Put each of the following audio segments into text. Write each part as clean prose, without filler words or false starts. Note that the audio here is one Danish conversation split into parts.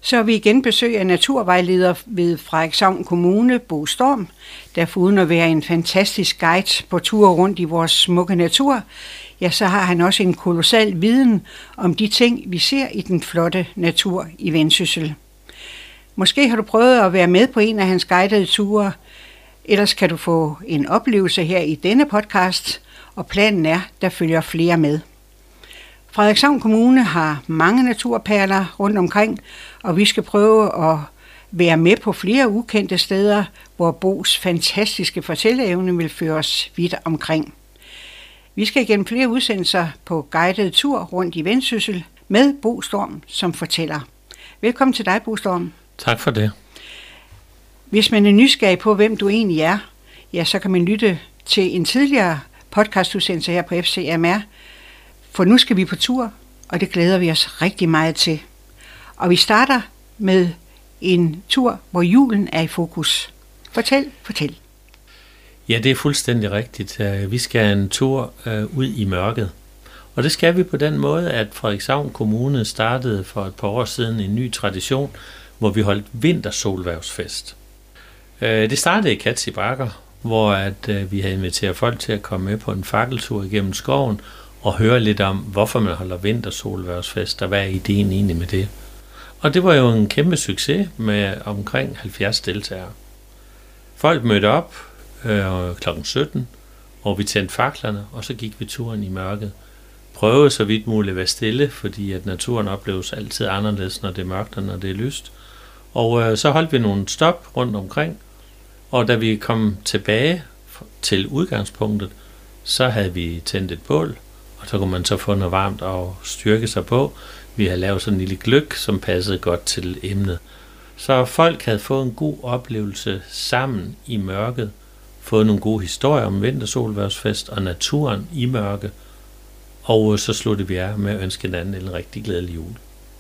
Så er vi igen besøg af naturvejleder ved Frederikshavn Kommune, Bo Storm, der foruden at være en fantastisk guide på ture rundt i vores smukke natur, ja, så har han også en kolossal viden om de ting, vi ser i den flotte natur i Vendsyssel. Måske har du prøvet at være med på en af hans guidede ture, ellers kan du få en oplevelse her i denne podcast, og planen er, der følger flere med. Frederikshavn Kommune har mange naturperler rundt omkring, og vi skal prøve at være med på flere ukendte steder, hvor Bos fantastiske fortælleevne vil føre os vidt omkring. Vi skal igennem flere udsendelser på guided tur rundt i Vendsyssel med Bo Storm som fortæller. Velkommen til dig, Bo Storm. Tak for det. Hvis man er nysgerrig på, hvem du egentlig er, ja, så kan man lytte til en tidligere podcastudsendelse her på FCMR, for nu skal vi på tur, og det glæder vi os rigtig meget til. Og vi starter med en tur, hvor julen er i fokus. Fortæl. Ja, det er fuldstændig rigtigt. Vi skal en tur ud i mørket. Og det skal vi på den måde, at Frederikshavn Kommune startede for et par år siden en ny tradition, hvor vi holdt vintersolhvervsfest. Det startede i Katz i Bakker, hvor vi havde inviteret folk til at komme med på en fakkeltur igennem skoven og høre lidt om, hvorfor man holder vintersolhvervsfest, og hvad er ideen egentlig med det. Og det var jo en kæmpe succes med omkring 70 deltagere. Folk mødte op kl. 17, og vi tændte faklerne, og så gik vi turen i mørket. Prøvede så vidt muligt at være stille, fordi at naturen opleves altid anderledes, når det er mørkt og når det er lyst. Og så holdt vi nogle stop rundt omkring, og da vi kom tilbage til udgangspunktet, så havde vi tændt et bål, og så kunne man så få noget varmt og styrke sig på. Vi havde lavet sådan en lille gløgg, som passede godt til emnet. Så folk havde fået en god oplevelse sammen i mørket, fået nogle gode historier om vintersolhvervsfest og naturen i mørke, og så sluttede vi af med at ønske hinanden en rigtig glædelig jul.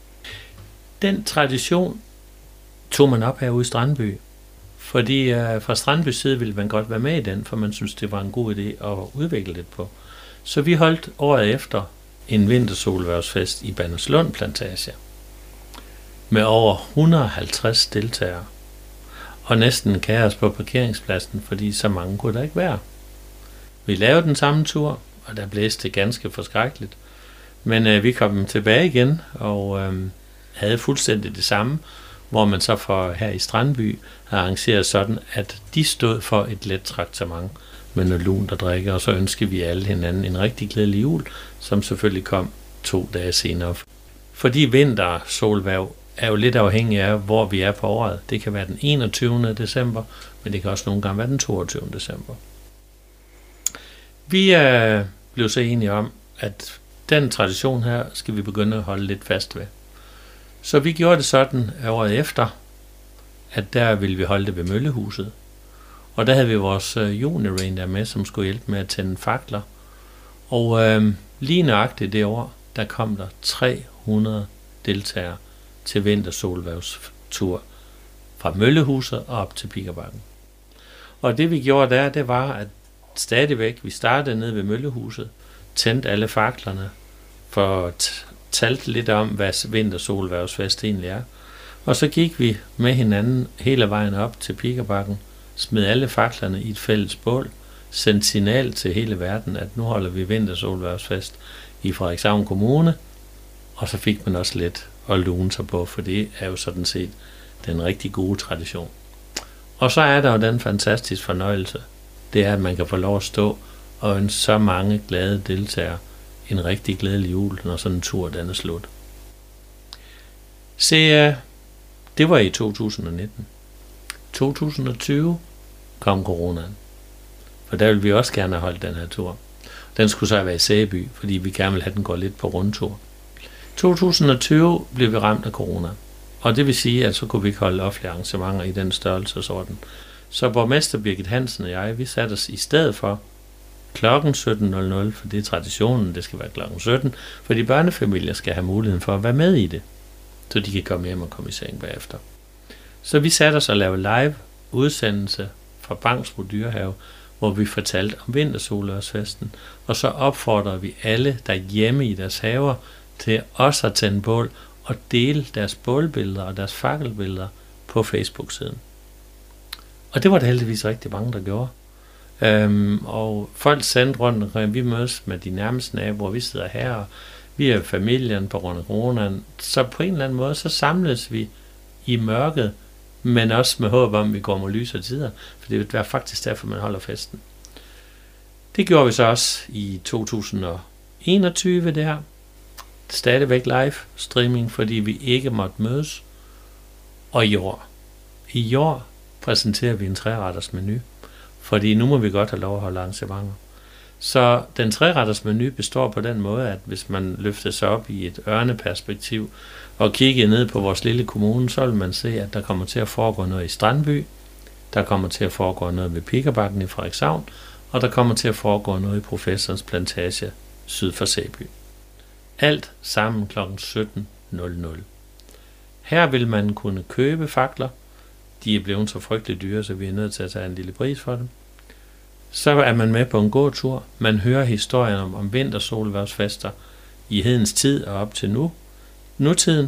Den tradition tog man op herude i Strandby, fordi fra Strandbys side ville man godt være med i den, for man synes, det var en god idé at udvikle lidt på. Så vi holdt året efter en vintersolhvervsfest i Banderslund Plantage med over 150 deltagere og næsten kaos på parkeringspladsen, fordi så mange kunne der ikke være. Vi lavede den samme tur, og der blæste det ganske forskrækkeligt, men vi kom tilbage igen og havde fuldstændig det samme, hvor man så for her i Strandby har arrangeret sådan, at de stod for et let traktement med noget lunt at drikke, og så ønskede vi alle hinanden en rigtig glædelig jul, som selvfølgelig kom 2 dage senere. Fordi vintersolhverv er jo lidt afhængig af, hvor vi er på året. Det kan være den 21. december, men det kan også nogle gange være den 22. december. Vi blev så enige om, at den tradition her skal vi begynde at holde lidt fast ved. Så vi gjorde det sådan året efter, at der ville vi holde det ved Møllehuset. Og der havde vi vores juniorrain der med, som skulle hjælpe med at tænde fakler. Og lige nøjagtigt det år, der kom der 300 deltagere til vintersolhvervstur fra Møllehuset og op til Pikkerbakken. Og det vi gjorde der, det var, at stadigvæk, vi startede nede ved Møllehuset, tændte alle faklerne for at tale lidt om, hvad vintersolhvervsfest egentlig er. Og så gik vi med hinanden hele vejen op til Pikkerbakken, smed alle faklerne i et fælles bål, sendte signal til hele verden, at nu holder vi vintersolhvervsfest i Frederikshavn Kommune, og så fik man også lidt at lune sig på, for det er jo sådan set den rigtig gode tradition. Og så er der jo den fantastiske fornøjelse, det er, at man kan få lov at stå og ønske så mange glade deltagere en rigtig glædelig jul, når sådan en tur den er slut. Se, det var i 2019. 2020 kom coronaen, for der ville vi også gerne have holdt den her tur. Den skulle så være i Sæby, fordi vi gerne ville have den gå lidt på rundtur. 2020 blev vi ramt af corona, og det vil sige, at så kunne vi ikke holde offentlige arrangementer i den størrelsesorden. Så borgmester Birgit Hansen og jeg, vi satte os i stedet for klokken 17.00, for det er traditionen, det skal være klokken 17, fordi børnefamilier skal have muligheden for at være med i det, så de kan komme hjem og komme i seng bagefter. Så vi satte os og lavede live udsendelse fra Bangsbo Dyrehave, hvor vi fortalte om vintersolhvervsfesten, og så opfordrer vi alle, der hjemme i deres haver, til også at tænde bål at dele deres bålbilleder og deres fakkelbilleder på Facebook-siden. Og det var der heldigvis rigtig mange, der gjorde. Og folk sendte rundt, og vi mødes med de nærmeste naboer, vi sidder her, og vi er familien på grund af coronaen. Så på en eller anden måde, så samles vi i mørket, men også med håb om, at vi går mod lysere tider, for det vil være faktisk derfor, man holder festen. Det gjorde vi så også i 2021 det her. Stadigvæk live streaming, fordi vi ikke måtte mødes. Og i år præsenterer vi en 3-retters menu, fordi nu må vi godt have lov at holde arrangementer. Så den 3-retters menu består på den måde, at hvis man løfter sig op i et ørneperspektiv og kigger ned på vores lille kommune, så vil man se, at der kommer til at foregå noget i Strandby, der kommer til at foregå noget ved Pikkerbakken i Frederikshavn, og der kommer til at foregå noget i Professorens Plantage syd for Sæby. Alt sammen kl. 17.00. Her vil man kunne købe fakler. De er blevet så frygteligt dyre, så vi er nødt til at tage en lille pris for dem. Så er man med på en gåtur. Man hører historien om vintersolværvsfester i hedens tid og op til nutiden.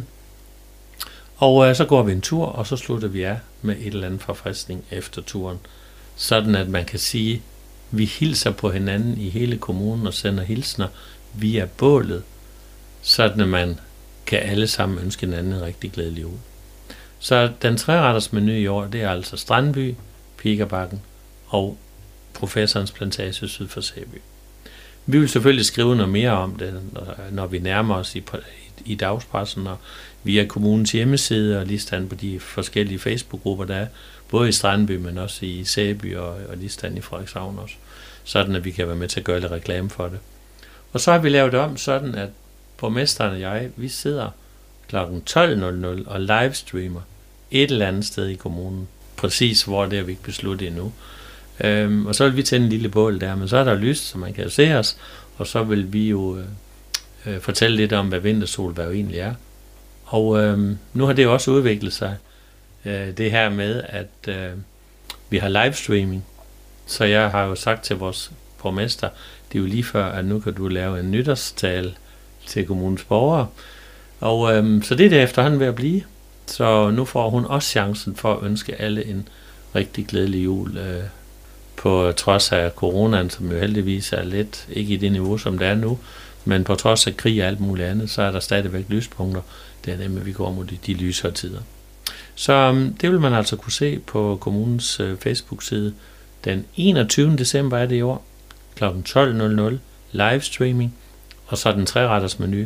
Og så går vi en tur, og så slutter vi af med et eller andet forfriskning efter turen. Sådan at man kan sige, at vi hilser på hinanden i hele kommunen og sender hilsner via bålet, sådan at man kan alle sammen ønske hinanden en rigtig glædelig jul. Så den 3-retters menu i år, det er altså Strandby, Pikkerbakken og Professorens Plantage syd for Sæby. Vi vil selvfølgelig skrive noget mere om det, når vi nærmer os i dagspressen og via kommunens hjemmeside og ligestand på de forskellige Facebook-grupper, der er, både i Strandby, men også i Sæby og ligestand i Frederikshavn også, sådan at vi kan være med til at gøre lidt reklame for det. Og så har vi lavet det om sådan, at borgmesteren og jeg, vi sidder kl. 12.00 og livestreamer et eller andet sted i kommunen. Præcis hvor det er vi ikke besluttet endnu. Og så vil vi tænde en lille bål der, men så er der lyst, så man kan jo se os, og så vil vi jo fortælle lidt om, hvad vintersolværv egentlig er. Og nu har det jo også udviklet sig, det her med, at vi har livestreaming. Så jeg har jo sagt til vores borgmester, det er jo lige før, at nu kan du lave en nytårstale til kommunens borgere. Og så det er det efterhånden ved at blive. Så nu får hun også chancen for at ønske alle en rigtig glædelig jul, på trods af coronaen, som jo heldigvis er lidt, ikke i det niveau, som det er nu, men på trods af krig og alt muligt andet, så er der stadigvæk lyspunkter. Det er nemlig, at vi går mod de lysere tider. Så det vil man altså kunne se på kommunens Facebook-side. Den 21. december er det i år, kl. 12.00, livestreaming, og så den 3-retters menu.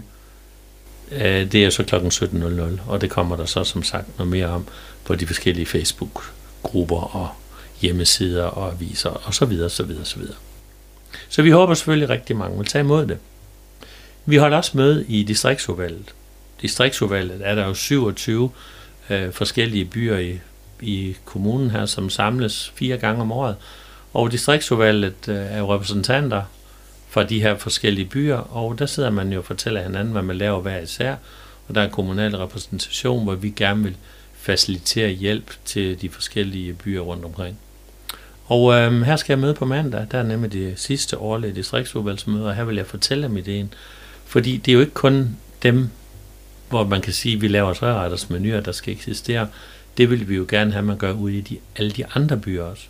Det er så kl. 17.00, og det kommer der så som sagt noget mere om på de forskellige Facebook-grupper og hjemmesider og aviser og så videre, så videre, så videre. Så vi håber selvfølgelig rigtig mange vil tage imod det. Vi holder også møde i distriktsudvalget. Distriktsudvalget er der jo 27 forskellige byer i kommunen her, som samles 4 gange om året. Og distriktsudvalget er jo repræsentanter fra de her forskellige byer, og der sidder man jo og fortæller hinanden, hvad man laver hver især. Og der er en kommunal repræsentation, hvor vi gerne vil facilitere hjælp til de forskellige byer rundt omkring. Og her skal jeg møde på mandag, der er nemlig det sidste årlige distriktsudvalgsmøde, og her vil jeg fortælle om ideen. Fordi det er jo ikke kun dem, hvor man kan sige, at vi laver 3-retters menuer, der skal eksistere. Det vil vi jo gerne have, man gør ude i alle de andre byer også.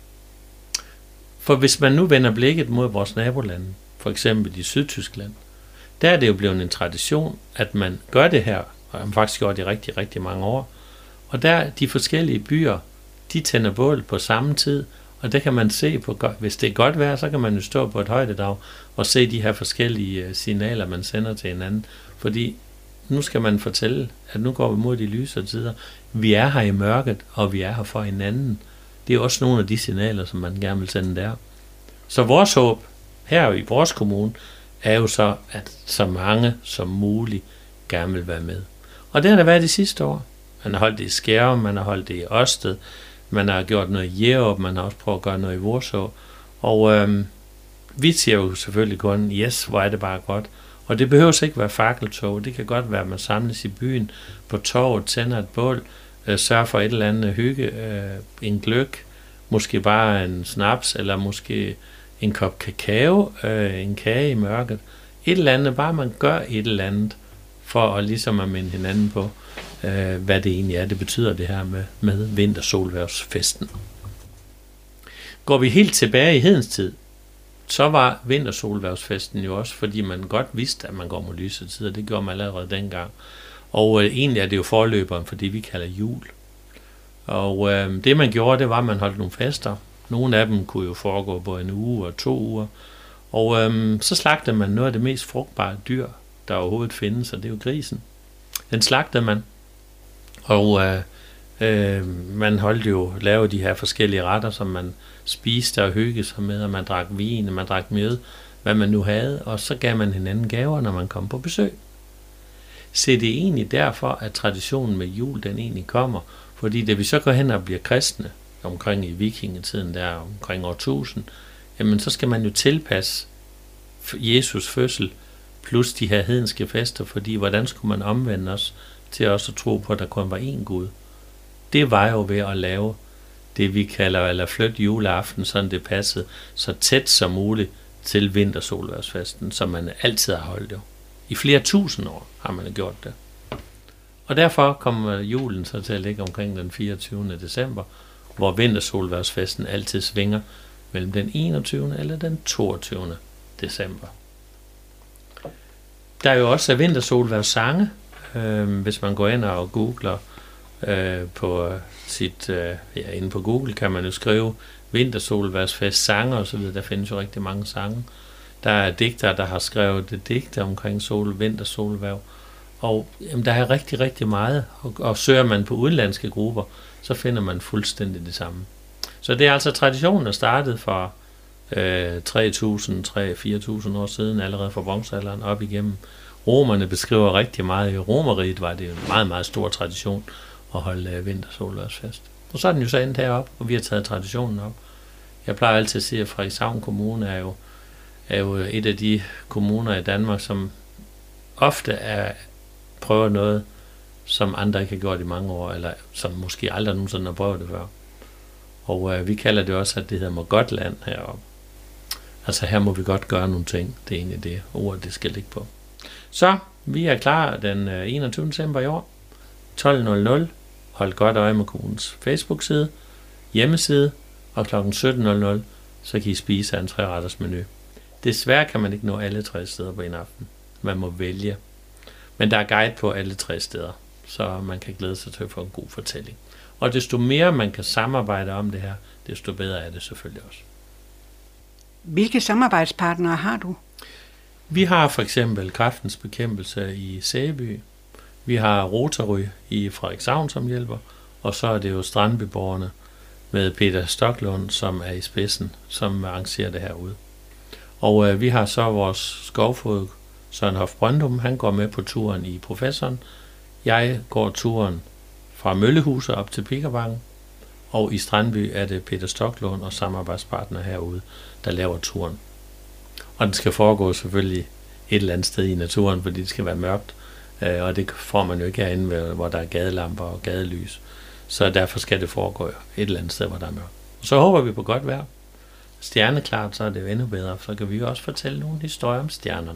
For hvis man nu vender blikket mod vores nabolande, for eksempel i Sydtyskland, der er det jo blevet en tradition, at man gør det her, og har faktisk gjort det i rigtig, rigtig mange år. Og der de forskellige byer, de tænder bål på samme tid, og der kan man se på, hvis det er godt vejr, så kan man jo stå på et højdedag og se de her forskellige signaler, man sender til hinanden. Fordi nu skal man fortælle, at nu går vi mod de lysere tider. Vi er her i mørket, og vi er her for hinanden. Det er også nogle af de signaler, som man gerne vil sende der. Så vores håb her i vores kommune er jo så, at så mange som muligt gerne vil være med. Og det har der været de sidste år. Man har holdt det i Skærum, man har holdt det i Ørsted, man har gjort noget i Jerup, man har også prøvet at gøre noget i Vorså. Og vi siger jo selvfølgelig kun, yes, hvor er det bare godt. Og det behøver ikke være fakkeltog. Det kan godt være, at man samles i byen på torvet, tænder et bål, sørger for et eller andet hygge, en gløgg, måske bare en snaps, eller måske en kop kakao, en kage i mørket. Et eller andet, bare man gør et eller andet for at ligesom at minde hinanden på, hvad det egentlig er, det betyder det her med vintersolhvervsfesten. Går vi helt tilbage i hedens tid, så var vintersolhvervsfesten jo også, fordi man godt vidste, at man går mod lysetid, og det gjorde man allerede dengang. Og egentlig er det jo forløberen for det, vi kalder jul. Og det man gjorde, det var, at man holdt nogle fester. Nogle af dem kunne jo foregå både en uge og 2 uger. Og så slagtede man noget af det mest frugtbare dyr, der overhovedet findes, og det er jo grisen. Den slagtede man, og man holdt jo lave de her forskellige retter, som man spiste og hyggede sig med, og man drak vin, og man drak mjød, hvad man nu havde, og så gav man hinanden gaver, når man kom på besøg. Så det er egentlig derfor, at traditionen med jul, den egentlig kommer, fordi da vi så går hen og bliver kristne, omkring i vikingetiden der, omkring år 1000, jamen så skal man jo tilpasse Jesus fødsel, plus de her hedenske fester, fordi hvordan skulle man omvende os til også at tro på, at der kun var én Gud? Det var jo ved at lave det, vi kalder, eller flytte juleaften, sådan det passede så tæt som muligt til vintersolhvervsfesten, som man altid har holdt jo. I flere tusind år har man gjort det. Og derfor kommer julen så til at ligge omkring den 24. december, hvor vintersolhvervsfesten altid svinger mellem den 21. eller den 22. december. Der er jo også vintersolhvervssange, hvis man går ind og googler på sit, inde på Google kan man jo skrive vintersolhvervsfest sange og så videre. Der findes jo rigtig mange sange. Der er digtere, der har skrevet digte omkring vintersolhverv. Og jamen, der er rigtig, rigtig meget. Og søger man på udenlandske grupper, så finder man fuldstændig det samme. Så det er altså traditionen, der startede for 3.000-4.000 år siden, allerede fra bronzealderen op igennem. Romerne beskriver rigtig meget. I Romeriet var det en meget, meget stor tradition at holde vintersolhvervsfest. Og så er den jo så endt heroppe, og vi har taget traditionen op. Jeg plejer altid at sige, at Frederikshavn Kommune er jo et af de kommuner i Danmark, som ofte prøver noget, som andre ikke har gjort i mange år, eller som måske aldrig nogensinde har prøvet det før. Og vi kalder det også, at det hedder Mågodtland heroppe. Altså her må vi godt gøre nogle ting. Det er egentlig det ord, det skal ligge på. Så vi er klar den 21. december i år. 12.00. Hold godt øje med kommunens Facebook-side, hjemmeside, og kl. 17.00, så kan I spise af en 3-retters menu. Desværre kan man ikke nå alle 3 steder på en aften. Man må vælge. Men der er guide på alle 3 steder, så man kan glæde sig til at få en god fortælling. Og desto mere man kan samarbejde om det her, desto bedre er det selvfølgelig også. Hvilke samarbejdspartnere har du? Vi har for eksempel Kræftens Bekæmpelse i Sæby. Vi har Rotary i Frederikshavn, som hjælper. Og så er det jo Strandbyborgerne med Peter Stoklund, som er i spidsen, som arrangerer det herude. Og vi har så vores skovfod, Søren Hoff Brøndum, han går med på turen i Professoren. Jeg går turen fra Møllehuset op til Pikkerbakken. Og i Strandby er det Peter Stoklund og samarbejdspartner herude, der laver turen. Og den skal foregå selvfølgelig et eller andet sted i naturen, fordi det skal være mørkt. Og det får man jo ikke herinde, hvor der er gadelamper og gadelys. Så derfor skal det foregå et eller andet sted, hvor der er mørkt. Og så håber vi på godt vejr. Stjerneklart, så er det jo endnu bedre. Så kan vi jo også fortælle nogle historier om stjernerne.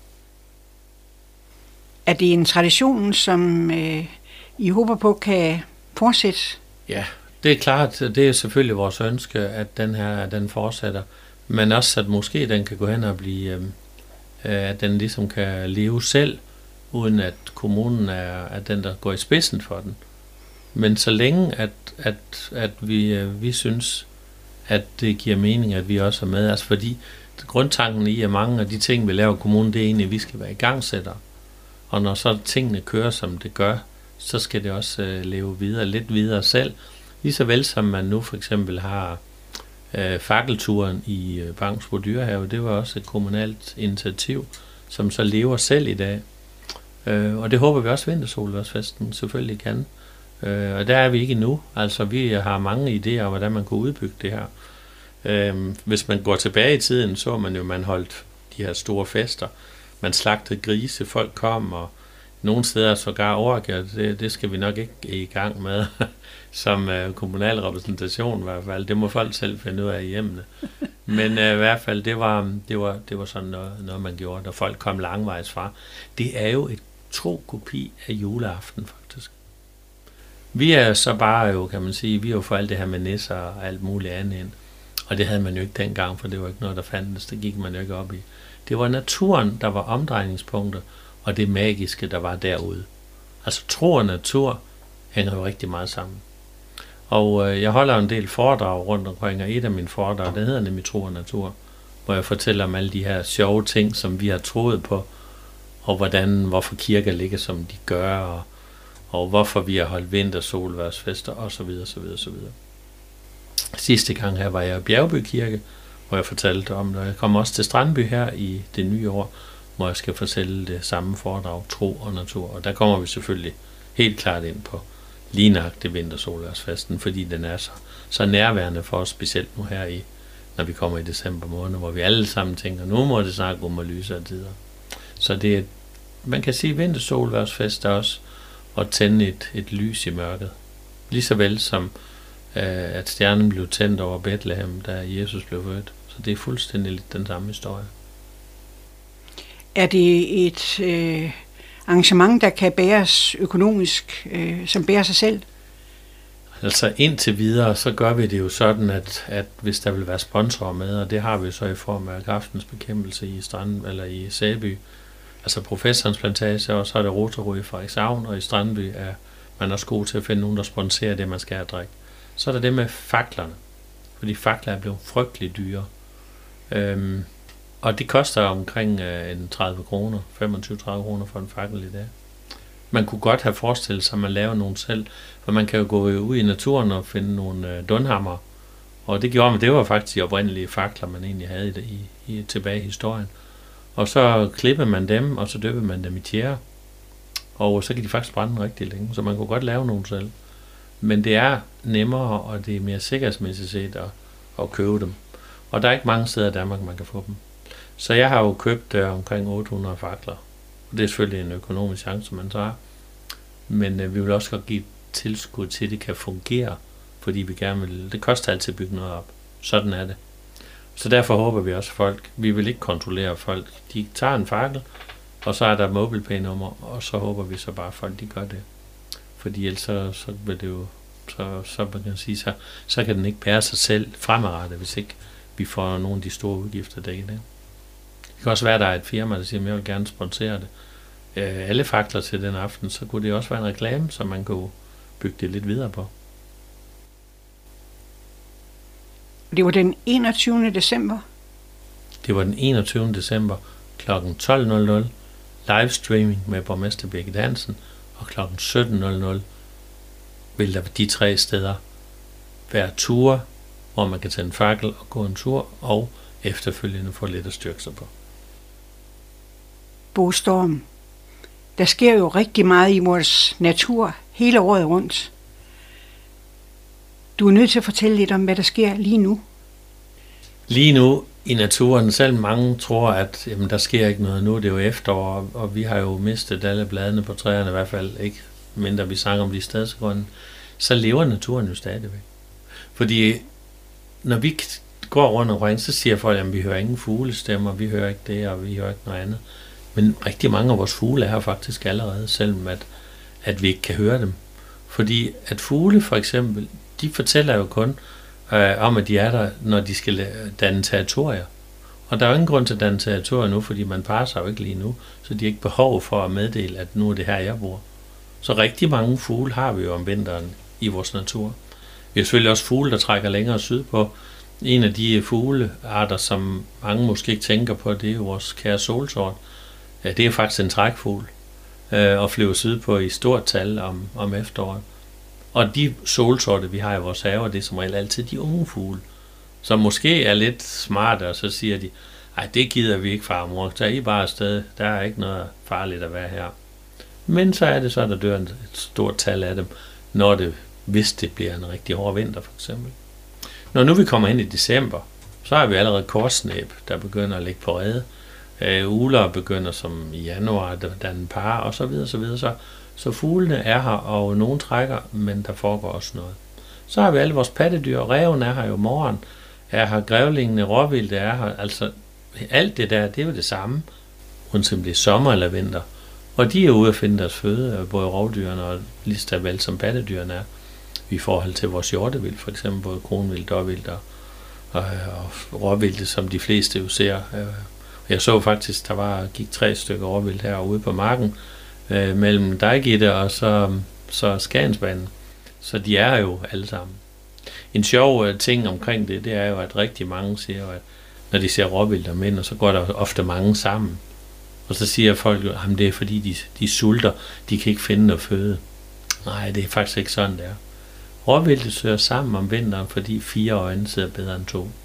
Er det en tradition, som I håber på kan fortsætte? Ja, det er klart. Det er selvfølgelig vores ønske, at den fortsætter. Men også, at måske den kan gå hen og blive, at den ligesom kan leve selv, uden at kommunen er den, der går i spidsen for den. Men så længe, at vi synes, at det giver mening, at vi også er med. Altså fordi grundtanken i, at mange af de ting, vi laver i kommunen, det er egentlig, at vi skal være igangsættere. Og når så tingene kører, som det gør, så skal det også leve videre, lidt videre selv. Lige så vel som man nu for eksempel har fakkelturen i Bangsbo Dyrehave, det var også et kommunalt initiativ, som så lever selv i dag. Og det håber vi også vintersolhvervsfesten selvfølgelig kan. Og der er vi ikke endnu. Altså vi har mange idéer om, hvordan man kunne udbygge det her. Hvis man går tilbage i tiden, så man jo, man holdt de her store fester. Man slagtede grise, folk kom, og nogle steder sågar overgjort. Det skal vi nok ikke i gang med som kommunal repræsentation i hvert fald. Det må folk selv finde ud af i hjemmene. Men i hvert fald, det var sådan noget, man gjorde, og folk kom langvejs fra. Det er jo et tro kopi af juleaften faktisk. Vi er så bare jo, kan man sige, vi er jo for alt det her med nisser og alt muligt andet ind. Og det havde man jo ikke dengang, for det var ikke noget, der fandtes. Det gik man jo ikke op i. Det var naturen, der var omdrejningspunkter, og det magiske, der var derude. Altså tro og natur hænger jo rigtig meget sammen. Og jeg holder en del foredrag rundt omkring, og et af mine foredrag, det hedder nemlig Tro og Natur, hvor jeg fortæller om alle de her sjove ting, som vi har troet på, og hvorfor kirker ligger, som de gør, og hvorfor vi har holdt vintersolværsfester, osv. Sidste gang her var jeg i Bjergby Kirke, hvor jeg fortalte om det. Jeg kommer også til Strandby her i det nye år, hvor jeg skal fortælle det samme foredrag, Tro og Natur. Og der kommer vi selvfølgelig helt klart ind på lige nøjagtigt vintersolværsfesten, fordi den er så nærværende for os, specielt nu her når vi kommer i december måned, hvor vi alle sammen tænker, nu må det snart gå med lyse og tider. Så det er, man kan sige, vintersolværsfest er også at tænde et lys i mørket. Lige så vel som at stjernen blev tændt over Bethlehem, da Jesus blev født. Så det er fuldstændig lidt den samme historie. Er det et arrangement, der kan bæres økonomisk, som bærer sig selv? Altså indtil videre, så gør vi det jo sådan, at hvis der vil være sponsorer med, og det har vi så i form af Kræftens Bekæmpelse i Strand eller i Sæby, altså Professorens Plantage, og så er det Rotary i Frederikshavn, og i Strandby er man også god til at finde nogen, der sponsorer det, man skal have at drikke. Så er der det med faklerne, fordi fakler er blevet frygtelig dyre. Og det koster omkring 30 kroner, 25-30 kroner for en fakkel i dag. Man kunne godt have forestillet sig, at man laver nogen selv, for man kan jo gå ud i naturen og finde nogle dunhammer. Og det gjorde man, det var faktisk de oprindelige fakler, man egentlig havde tilbage i historien. Og så klippede man dem, og så døbte man dem i tjære. Og så kan de faktisk brænde rigtig længe, så man kunne godt lave nogen selv. Men det er nemmere, og det er mere sikkerhedsmæssigt set at købe dem. Og der er ikke mange steder i Danmark, man kan få dem. Så jeg har jo købt omkring 800 fakler. Og det er selvfølgelig en økonomisk chance, man så har. Men vi vil også godt give tilskud til, at det kan fungere, fordi vi gerne vil. Det koster altid at bygge noget op. Sådan er det. Så derfor håber vi også folk. Vi vil ikke kontrollere folk. De tager en fakkel, og så er der MobilePay-nummer, og så håber vi så bare, at folk de gør det. Fordi ellers så vil det jo, så man kan sige, så kan den ikke bære sig selv fremadrettet, hvis ikke vi får nogle af de store udgifter dækket. Det kan også være, at der er et firma, der siger, at jeg vil gerne sponsere det. Alle fakler til den aften, så kunne det også være en reklame, så man kunne bygge det lidt videre på. Det var den 21. december? Det var den 21. december kl. 12.00 livestreaming med borgmester Birgit Hansen, og kl. 17.00 vil der de 3 steder være ture, hvor man kan tage en fakkel og gå en tur, og efterfølgende få lidt at styrke sig på. Bo Storm, der sker jo rigtig meget i vores natur hele året rundt. Du er nødt til at fortælle lidt om, hvad der sker lige nu. Lige nu i naturen, selv mange tror, at jamen, der sker ikke noget nu, det er jo efterår, og vi har jo mistet alle bladene på træerne, i hvert fald ikke mindre vi snakker om de stadsgrønne, så lever naturen jo stadigvæk. Fordi når vi går rundt omkring, så siger folk, at vi hører ingen fuglestemmer, vi hører ikke det, og vi hører ikke noget andet. Men rigtig mange af vores fugle er her faktisk allerede, selvom at vi ikke kan høre dem. Fordi at fugle for eksempel, de fortæller jo kun om, at de er der, når de skal danne territorier. Og der er jo ingen grund til at danne territorier nu, fordi man passer jo ikke lige nu, så de har ikke behov for at meddele, at nu er det her, jeg bor. Så rigtig mange fugle har vi jo om vinteren i vores natur. Vi har selvfølgelig også fugle, der trækker længere sydpå. En af de fuglearter, som mange måske ikke tænker på, det er jo vores kære solsort. Ja, det er faktisk en trækfugl, og flyver sydpå i stort tal om efteråret. Og de solsorte, vi har i vores haver, det er som regel altid de unge fugle, som måske er lidt smarte, og så siger de, ej, det gider vi ikke, far mor, tag I bare afsted, der er ikke noget farligt at være her. Men så er det så, der dør et stort tal af dem, hvis det bliver en rigtig hård vinter for eksempel. Når nu vi kommer ind i december, så har vi allerede korsnæb, der begynder at ligge på rede. Ugler begynder som i januar at danne par, og så videre, så videre. Så fuglene er her, og nogen trækker, men der foregår også noget. Så har vi alle vores pattedyr, ræven er her jo, morgen er her, grævlingene, råvildt er her, altså alt det der, det er jo det samme, uanset om det er sommer eller vinter. Og de er ude at finde deres føde, både rovdyrene og lige så vel som pattedyrene er, i forhold til vores hjortevildt, for eksempel både kronvildt, dåvildt og råvildt, som de fleste jo ser. Jeg så faktisk, der gik 3 stykker råvildt herude på marken, mellem Dejgitte og så Skagensbanen. Så de er jo alle sammen. En sjov ting omkring det er jo, at rigtig mange siger, at når de ser råvildt og mænd, så går der ofte mange sammen. Og så siger folk jo, at det er fordi, de sulter, de kan ikke finde noget føde. Nej, det er faktisk ikke sådan, det er. Råvildet søger sammen om vinteren, fordi 4 øjne sidder bedre end 2.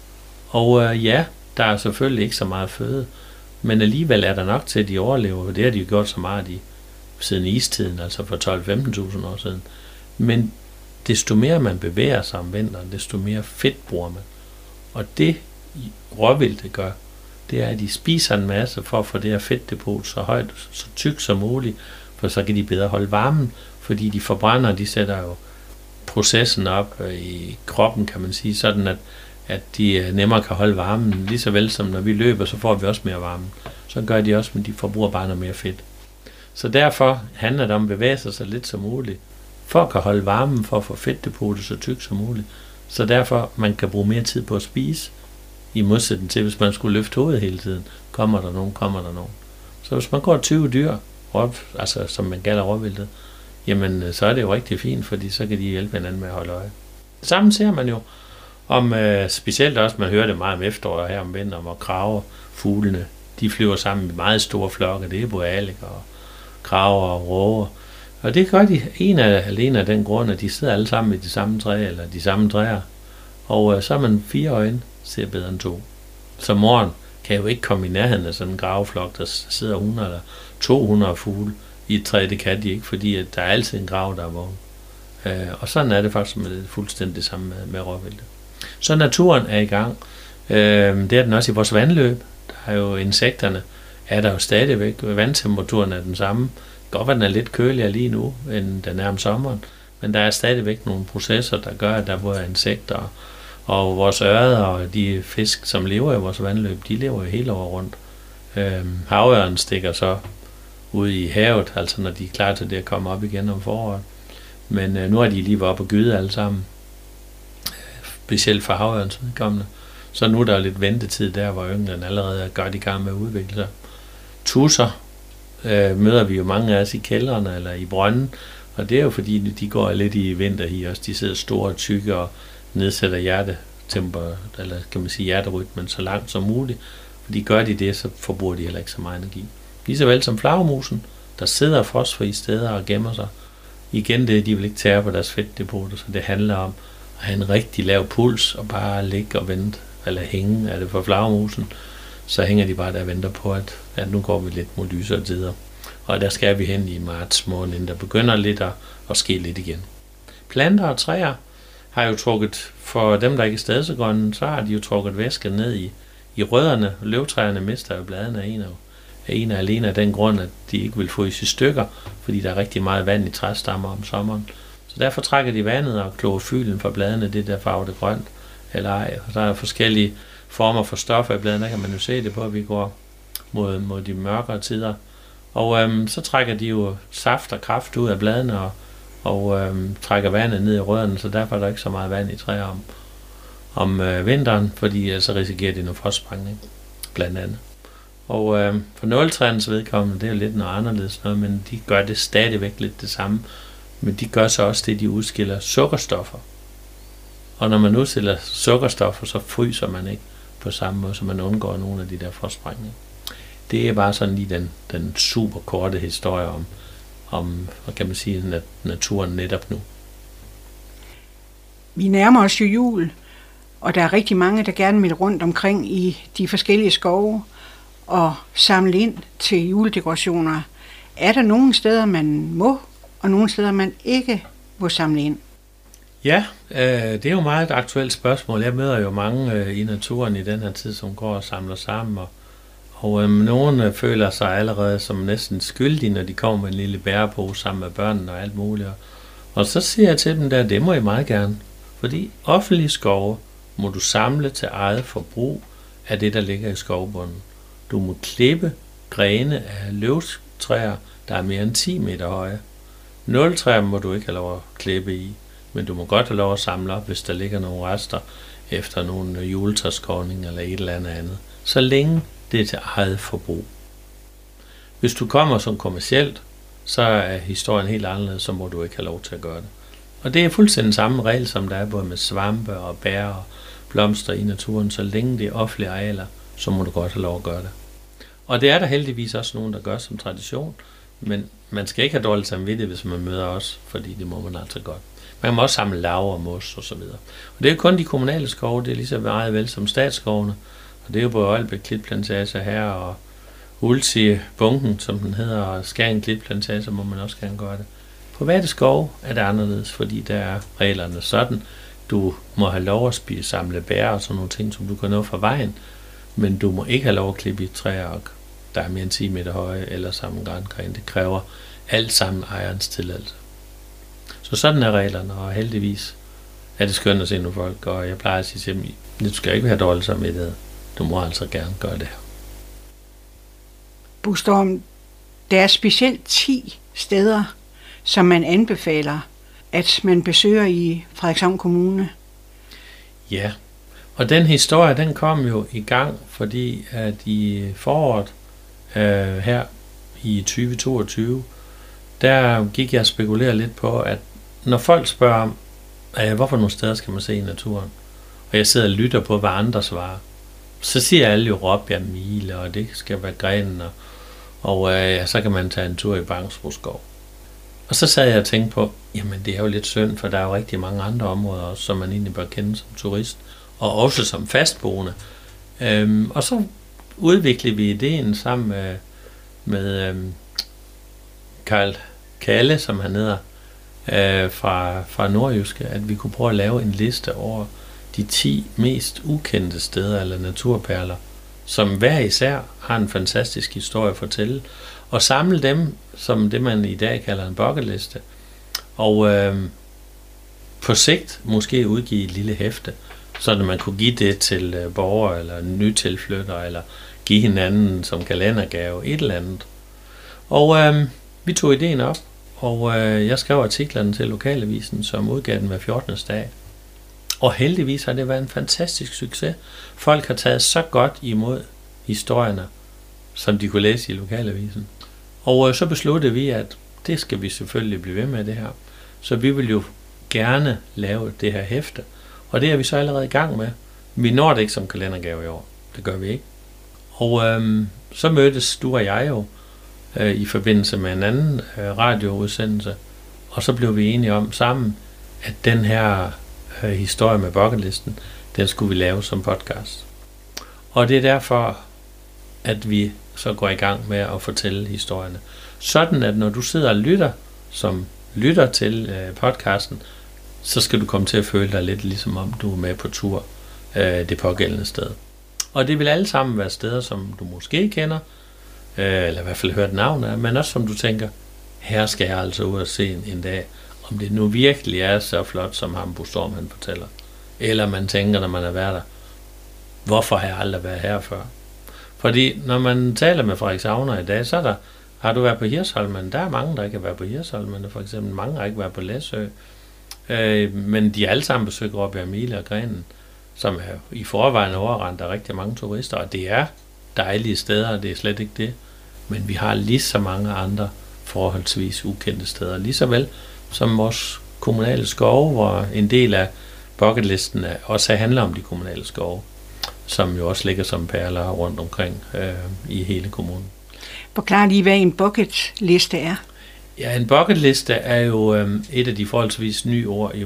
Og ja, der er selvfølgelig ikke så meget føde, men alligevel er der nok til, at de overlever, og det har de jo gjort så meget siden istiden, altså for 12-15.000 år siden. Men desto mere man bevæger sig om vinteren, desto mere fedt bruger man. Og det råvildet gør, det er, at de spiser en masse for at få det her fedtdepot så højt, så tykt som muligt, for så kan de bedre holde varmen, fordi de forbrænder, de sætter jo processen op i kroppen, kan man sige, sådan at de nemmere kan holde varmen, lige så vel som når vi løber, så får vi også mere varme. Så gør de også, men de forbruger bare noget mere fedt. Så derfor handler det om at bevæge sig så lidt som muligt, for at kan holde varmen, for at få fedtdepotet så tykt som muligt. Så derfor man kan bruge mere tid på at spise, i modsætning til, hvis man skulle løfte hovedet hele tiden. Kommer der nogen. Så hvis man går 20 dyr, altså som man kalder råvildet, jamen så er det jo rigtig fint, fordi så kan de hjælpe hinanden med at holde øje. Sammen ser man jo om, specielt også, man hører det meget om efteråret her om vinteren, hvor krager, fuglene, de flyver sammen i meget store flokke, det er både alliker og krager og råger. Og det gør de alene af den grund, at de sidder alle sammen i de samme træer, eller de samme træer. Og så er man 4 øjne, ser bedre end 2. Så morgen kan jo ikke komme i nærheden af sådan en graveflok, der sidder 100 eller 200 fugle i et træ. Det kan de ikke, fordi at der er altid en grav, der er vågen. Og sådan er det faktisk fuldstændig det samme med råvildet. Så naturen er i gang. Det er den også i vores vandløb. Der er jo insekterne, er der jo stadigvæk. Vandtemperaturen er den samme. Godt være den er lidt køligere lige nu, end den er om sommeren. Men der er stadigvæk nogle processer, der gør, at der både er insekter og vores ørreder og de fisk, som lever i vores vandløb, de lever jo hele året rundt. Havørnen stikker så ud i havet, altså når de er klar til det at komme op igen om foråret. Men nu er de lige været op og gyde alle sammen, specielt for havørens vedkommende. Så nu er der lidt ventetid der, hvor ynglen allerede er godt i gang med at udvikle sig. Tusser møder vi jo mange af os i kældrene eller i brønden, og det er jo fordi, de går lidt i vinterhi også. De sidder store og tykke og nedsætter eller kan man sige hjerterytmen så langt som muligt. Fordi gør de det, så forbruger de heller ikke så meget energi. Ligeså vel som flagermusen, der sidder fosfor i steder og gemmer sig. Igen det, de vil ikke tære på deres fedtdepoter, så det handler om at have en rigtig lav puls og bare ligge og vente, eller hænge. Er det for flagermusen, så hænger de bare der og venter på, at nu går vi lidt mod lysere tider. Og der skal vi hen i marts måned, inden der begynder lidt at ske lidt igen. Planter og træer har jo trukket, for dem der ikke er stedsegrønne, så har de jo trukket væske ned i rødderne. Løvtræerne mister jo bladene af alene af den grund, at de ikke vil fryse i stykker, fordi der er rigtig meget vand i træstammer om sommeren. Så derfor trækker de vandet, og klorofylen fra bladene, det der farvet grønt eller ej. Og der er forskellige former for stoffer i bladene, der kan man jo se det på, at vi går mod de mørkere tider. Og så trækker de jo saft og kraft ud af bladene og trækker vandet ned i rødderne, så derfor er der ikke så meget vand i træer om vinteren, fordi så risikerer de noget frostsprængning, blandt andet. Og for nåletræernes vedkommende, det er jo lidt noget anderledes noget, men de gør det stadigvæk lidt det samme. Men de gør så også det, de udskiller sukkerstoffer. Og når man udskiller sukkerstoffer, så fryser man ikke på samme måde, så man undgår nogle af de der frostsprængninger. Det er bare sådan lige den super korte historie om hvad kan man sige, naturen netop nu. Vi nærmer os jo jul, og der er rigtig mange, der gerne vil rundt omkring i de forskellige skove og samle ind til juledekorationer. Er der nogle steder, man må, og nogle steder, man ikke må samle ind? Ja, det er jo meget et aktuelt spørgsmål. Jeg møder jo mange i naturen i den her tid, som går og samler sammen, og nogle føler sig allerede som næsten skyldige, når de kommer med en lille bærepose sammen med børnene og alt muligt. Og så siger jeg til dem der, det må I meget gerne, fordi offentlige skove må du samle til eget forbrug af det, der ligger i skovbunden. Du må klippe grene af træer, der er mere end 10 meter høje. 0 træer må du ikke have lov at klippe i, men du må godt have lov at samle op, hvis der ligger nogle rester efter nogle juletræskorning eller et eller andet, så længe det er til eget forbrug. Hvis du kommer som kommercielt, så er historien helt anderledes, så må du ikke have lov til at gøre det. Og det er fuldstændig samme regel, som der er både med svampe og bær og blomster i naturen. Så længe det er offentlige arealer, så må du godt have lov at gøre det. Og det er der heldigvis også nogen, der gør som tradition, men man skal ikke have dårligt samvittighed, hvis man møder os, fordi det må man altså godt. Man må også samle lav og mos og så videre. Og det er jo kun de kommunale skove, det er lige så meget vel som statsskovene. Og det er jo både Aalbæk Klitplantage her og Ulti Bunken, som den hedder, og Skæring Klitplantage, må man også gerne gøre det. Private skove er det anderledes, fordi der er reglerne sådan. Du må have lov at samle bær og sådan nogle ting, som du kan nå fra vejen, men du må ikke have lov at klippe i træer, der er mere end 10 meter høje, eller sammen grængren. Det kræver alt sammen ejerens tilladelse. Så sådan er reglerne, og heldigvis er det skønt at se nogle folk, og jeg plejer at sige til dem, du skal ikke have dårligt samvittighed. Du må altså gerne gøre det her. Bo Storm, der er specielt 10 steder, som man anbefaler, at man besøger i Frederikshavn Kommune. Ja, og den historie, den kom jo i gang, fordi at i foråret her i 2022, der gik jeg og spekulerede lidt på, at når folk spørger om, hvorfor nogle steder skal man se i naturen, og jeg sidder og lytter på, hvad andre svarer, så siger alle jo Råbjerg Mile, og det skal være Grenen, og så kan man tage en tur i Bangsbo Skov. Og så sad jeg og tænkte på, jamen det er jo lidt synd, for der er jo rigtig mange andre områder også, som man egentlig bør kende som turist, og også som fastboende. Og så udviklede vi ideen sammen med Karl Kalle, som han hedder, fra Nordjyske, at vi kunne prøve at lave en liste over de 10 mest ukendte steder eller naturperler, som hver især har en fantastisk historie at fortælle, og samle dem som det, man i dag kalder en bucketliste, og på sigt måske udgive et lille hæfte, så man kunne give det til borgere eller nytilflyttere, eller give hinanden som kalendergave et eller andet. Og vi tog ideen op, og jeg skrev artiklerne til Lokalavisen, som udgav den hver 14. dag. Og heldigvis har det været en fantastisk succes. Folk har taget så godt imod historierne, som de kunne læse i Lokalavisen. Og så besluttede vi, at det skal vi selvfølgelig blive ved med det her. Så vi vil jo gerne lave det her hæfte. Og det er vi så allerede i gang med. Vi når det ikke som kalendergave i år. Det gør vi ikke. Og så mødtes du og jeg jo i forbindelse med en anden radioudsendelse. Og så blev vi enige om sammen, at den her historie med bucketlisten, den skulle vi lave som podcast. Og det er derfor, at vi så går i gang med at fortælle historierne. Sådan at når du sidder og lytter til podcasten, så skal du komme til at føle dig lidt ligesom om du er med på tur det pågældende sted. Og det vil alle sammen være steder, som du måske kender, eller i hvert fald hørt navn af, men også som du tænker, her skal jeg altså ud og se en dag, om det nu virkelig er så flot, som ham Bo Storm han fortæller. Eller man tænker, når man er været der, hvorfor har jeg aldrig været her før? Fordi når man taler med Frederikshavner i dag, så er der, har du været på Hirsholmen? Der er mange, der ikke har været på Hirsholmen, for eksempel mange har ikke været på Læsø. Men de har alle sammen besøgt Råbjerg Mile og Grenen, som er i forvejen overrendt af rigtig mange turister, og det er dejlige steder, det er slet ikke det. Men vi har lige så mange andre forholdsvis ukendte steder, lige så vel som vores kommunale skove, hvor en del af bucketlisten også handler om de kommunale skove, som jo også ligger som perler rundt omkring i hele kommunen. Forklar lige, hvad en bucketliste er. Ja, en bucketliste er jo et af de forholdsvis nye ord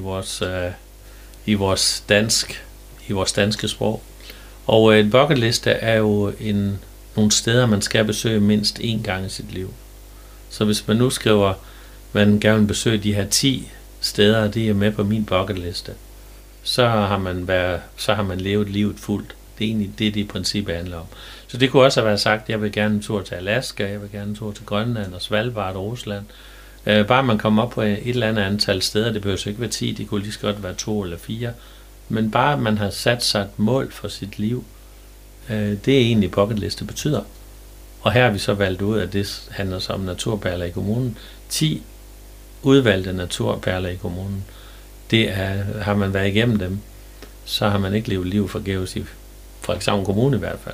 i vores danske sprog. Og en bucketliste er jo nogle steder, man skal besøge mindst 1 gang i sit liv. Så hvis man nu skriver, man gerne vil besøge de her 10 steder, det er med på min bucketliste, så har man levet livet fuldt. Det er egentlig det i princippet handler om. Så det kunne også have været sagt, jeg vil gerne en tur til Alaska, jeg vil gerne en tur til Grønland og Svalbard og Rusland. Bare man kommer op på et eller andet antal steder, det behøver så ikke være 10, det kunne lige så godt være 2 eller 4. Men bare man har sat sig et mål for sit liv, det er egentlig bucketliste betyder. Og her har vi så valgt ud, at det handler så om naturperler i kommunen. 10 udvalgte naturperler i kommunen. Har man været igennem dem, så har man ikke levet liv forgæves i Frederikshavn Kommune i hvert fald.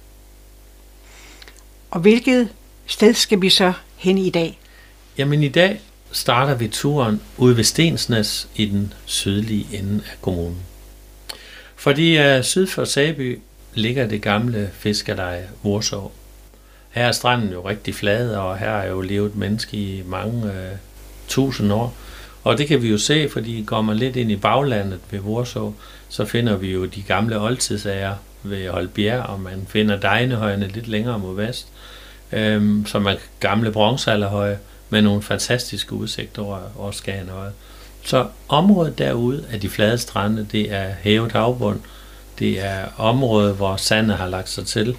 Og hvilket sted skal vi så hen i dag? Jamen i dag starter vi turen ude ved Stensnæs i den sydlige ende af kommunen. Fordi syd for Sæby ligger det gamle fiskerleje Vorså. Her er stranden jo rigtig flad, og her er jo levet menneske i mange tusind år. Og det kan vi jo se, fordi går man lidt ind i baglandet ved Vorså, så finder vi jo de gamle oldtidsager ved Holbjerg, og man finder Dejnehøjene lidt længere mod vest, som er gamle bronzealderhøje med nogle fantastiske udsigter over Skagenøje. Så området derude af de flade strande, det er hævet havbund. Det er området, hvor sandet har lagt sig til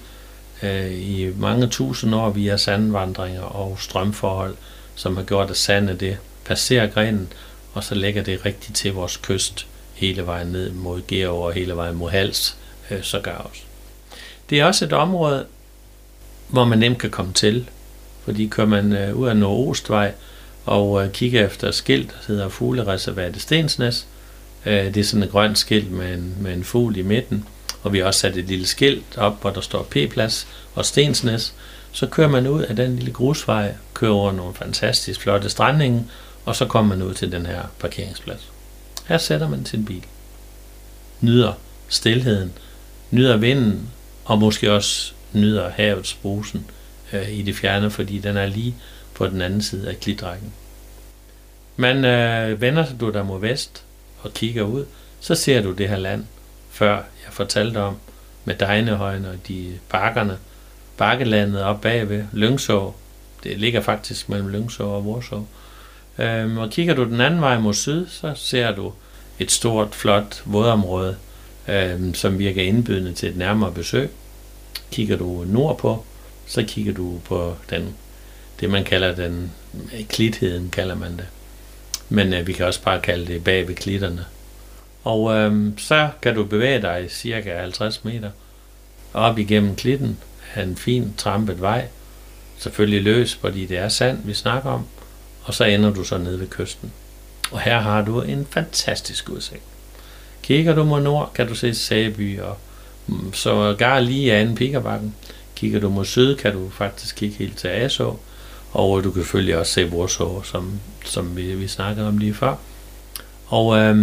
i mange tusind år via sandvandringer og strømforhold, som har gjort, at sandet det passerer grenen, og så lægger det rigtigt til vores kyst hele vejen ned mod Georg og hele vejen mod Hals, sågar også. Det er også et område, hvor man nemt kan komme til, fordi kører man ud af Nordostvej og kigger efter et skilt, der hedder Fuglereservat i Stensnæs. Det er sådan et grønt skilt med en fugl i midten, og vi har også sat et lille skilt op, hvor der står P-plads og Stensnæs. Så kører man ud af den lille grusvej, kører over nogle fantastisk flotte strandenge, og så kommer man ud til den her parkeringsplads. Her sætter man sin bil, nyder stilheden, nyder vinden, og måske også nyder havets brusen i det fjerne, fordi den er lige på den anden side af klitrækken. Man vender sig der mod vest og kigger ud, så ser du det her land, før jeg fortalte om, med Dejnehøjene og de bakkerne, bakkelandet op bagved Lyngså. Det ligger faktisk mellem Lyngså og Vorså. Og kigger du den anden vej mod syd, så ser du et stort, flot vådområde, som virker indbydende til et nærmere besøg. Kigger du nordpå, så kigger du på det man kalder den klitheden, kalder man det. Men vi kan også bare kalde det bag ved klitterne. Og så kan du bevæge dig cirka 50 meter op igennem klitten af en fin trampet vej. Selvfølgelig løs, fordi det er sand, vi snakker om. Og så ender du så nede ved kysten. Og her har du en fantastisk udsigt. Kigger du mod nord, kan du se Sæby og så gar lige af en Pikebakken. Kigger du mod syd, kan du faktisk kigge helt til Aså. Og du kan selvfølgelig også se Vorså, som vi snakkede om lige før. Og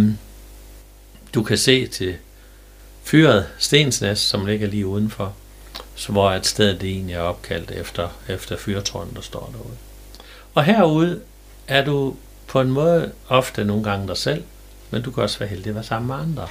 du kan se til fyret Stensnæs, som ligger lige udenfor, så hvor et sted det egentlig er opkaldt efter fyrtårnet, der står derude. Og herude er du på en måde ofte nogle gange dig selv, men du kan også være heldig at være sammen med andre.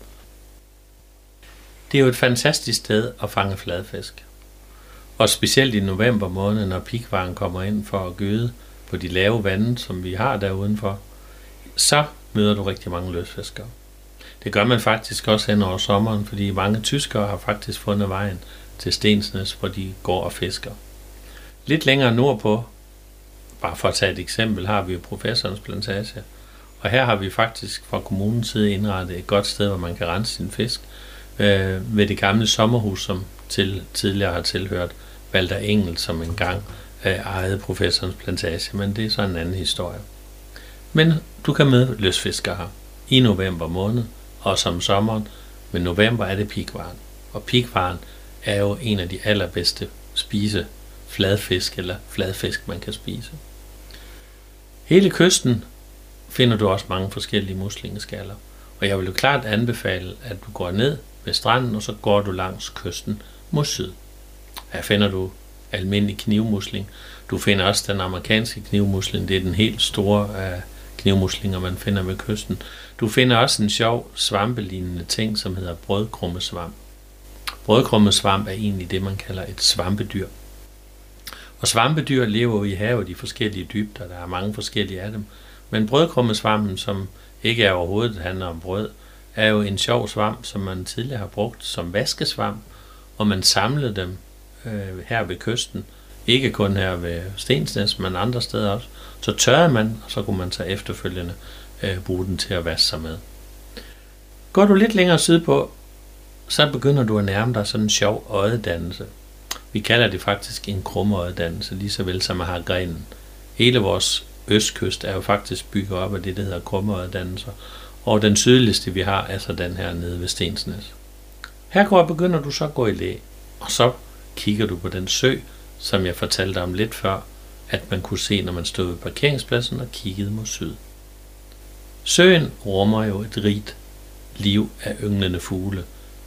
Det er jo et fantastisk sted at fange fladfisk. Og specielt i november måned, når pikvaren kommer ind for at gyde på de lave vande, som vi har derudenfor, så møder du rigtig mange løsfiskere. Det gør man faktisk også hen over sommeren, fordi mange tyskere har faktisk fundet vejen til Stensnæs, hvor de går og fisker. Lidt længere nordpå, bare for at tage et eksempel, har vi jo Professorens Plantage. Og her har vi faktisk fra kommunens side indrettet et godt sted, hvor man kan rense sin fisk ved det gamle sommerhus, som tidligere har tilhørt Walter Engel, som engang ejede Professorens Plantage, men det er så en anden historie. Men du kan møde løsfiskere her i november måned, og som sommeren, men november er det pikvaren. Og pikvaren er jo en af de allerbedste fladfisk, man kan spise. Hele kysten finder du også mange forskellige muslingeskaller. Og jeg vil jo klart anbefale, at du går ned ved stranden, og så går du langs kysten mod syd. Her finder du almindelig knivmusling. Du finder også den amerikanske knivmusling. Det er den helt store af knivmuslinger, man finder ved kysten. Du finder også en sjov svampelignende ting, som hedder brødkrummesvamp. Brødkrummesvamp er egentlig det, man kalder et svampedyr. Og svampedyr lever i havet i forskellige dybder. Der er mange forskellige af dem. Men brødkrummesvampen, som ikke er overhovedet handler om brød, er jo en sjov svamp, som man tidligere har brugt som vaskesvamp, og man samlede dem her ved kysten. Ikke kun her ved Stensnæs, men andre steder også. Så tørrede man, og så kunne man så efterfølgende bruge den til at vaske sig med. Går du lidt længere sydpå, så begynder du at nærme dig sådan en sjov øjedannelse. Vi kalder det faktisk en krumoddanelse, lige så vel som man har grenen. Hele vores østkyst er jo faktisk bygget op af det, der hedder krumoddanelser, og den sydligste, vi har, er så den her nede ved Stensnæs. Her begynder du så at gå i læ, og så kigger du på den sø, som jeg fortalte om lidt før, at man kunne se, når man stod ved parkeringspladsen og kiggede mod syd. Søen rummer jo et rigt liv af ynglende fugle,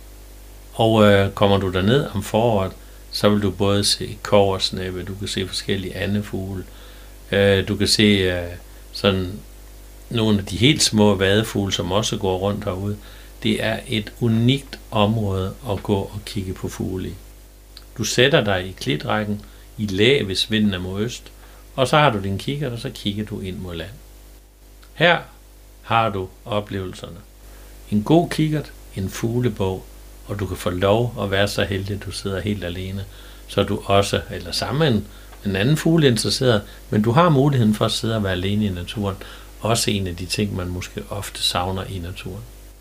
og kommer du derned om foråret, så vil du både se kobbersnæppe, du kan se forskellige andefugle, du kan se sådan nogle af de helt små vadefugle, som også går rundt herude. Det er et unikt område at gå og kigge på fugle i. Du sætter dig i klitrækken, i læ, hvis vinden er mod øst, og så har du din kikkert, og så kigger du ind mod land. Her har du oplevelserne. En god kikkert, en fuglebog, og du kan få lov at være så heldig, at du sidder helt alene, så du også, eller sammen med en anden fugle interesseret, men du har muligheden for at sidde og være alene i naturen. Også en af de ting, man måske ofte savner i naturen.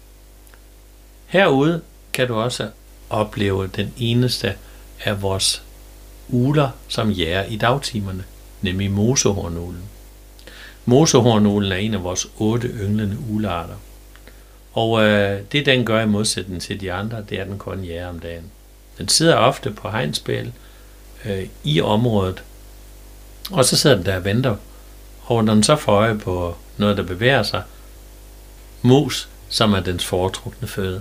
Herude kan du også opleve den eneste af vores ugler, som jager i dagtimerne, nemlig mosehornuglen. Mosehornuglen er en af vores 8 ynglende uglearter. Og det den gør i modsætning til de andre, det er, at den kun jager om dagen. Den sidder ofte på hegnspæl i området, og så sidder den der og venter. Og når den så får øje på noget, der bevæger sig, mus, som er dens foretrukne føde.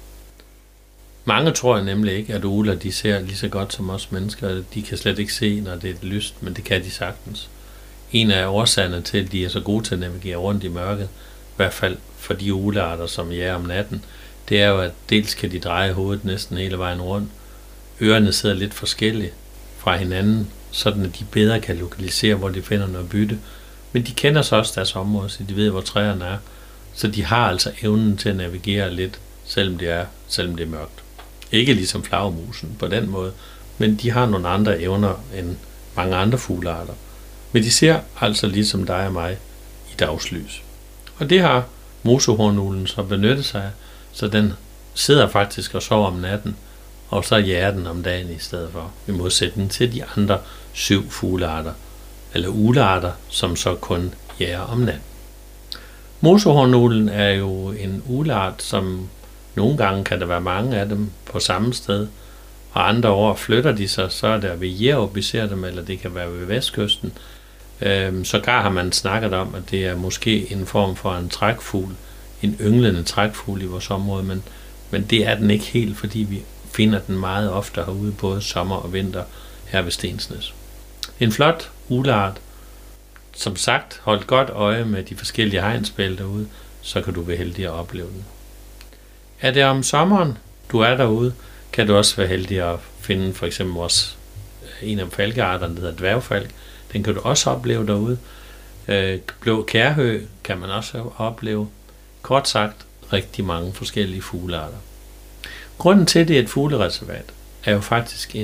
Mange tror nemlig ikke, at ugler de ser lige så godt som os mennesker. De kan slet ikke se, når det er lyst, men det kan de sagtens. En af årsagerne til, at de er så gode til at navigere rundt i mørket, i hvert fald for de uglearter, som jager om natten, det er jo, at dels kan de dreje hovedet næsten hele vejen rundt. Ørerne sidder lidt forskelligt fra hinanden, sådan at de bedre kan lokalisere, hvor de finder noget bytte. Men de kender så også deres område, så de ved, hvor træerne er. Så de har altså evnen til at navigere lidt, selvom det er mørkt. Ikke ligesom flagermusen på den måde, men de har nogle andre evner end mange andre fuglearter. Men de ser altså ligesom dig og mig i dagslys. Og det har mosehornuglen så benyttet sig af, så den sidder faktisk og sover om natten, og så jager den om dagen i stedet for, i modsætning til de andre 7 fuglearter, eller uglearter, som så kun jager om natten. Mosehornuglen er jo en ugleart, som nogle gange kan der være mange af dem på samme sted, og andre år flytter de sig, så er der ved Jerup, vi ser dem, eller det kan være ved vestkysten. Sågar har man snakket om, at det er måske en form for en trækfugl, en ynglende trækfugl i vores område, men det er den ikke helt, fordi vi finder den meget ofte herude, både sommer og vinter, her ved Stensnæs. En flot ugleart. Som sagt, hold godt øje med de forskellige hegnspæle derude, så kan du være heldig at opleve den. Er det om sommeren, du er derude, kan du også være heldig at finde for eksempel en af falkearterne, der hedder dværgfalk. Den kan du også opleve derude. Blå kærhø kan man også opleve. Kort sagt, rigtig mange forskellige fuglearter. Grunden til, det er et fuglereservat, er jo faktisk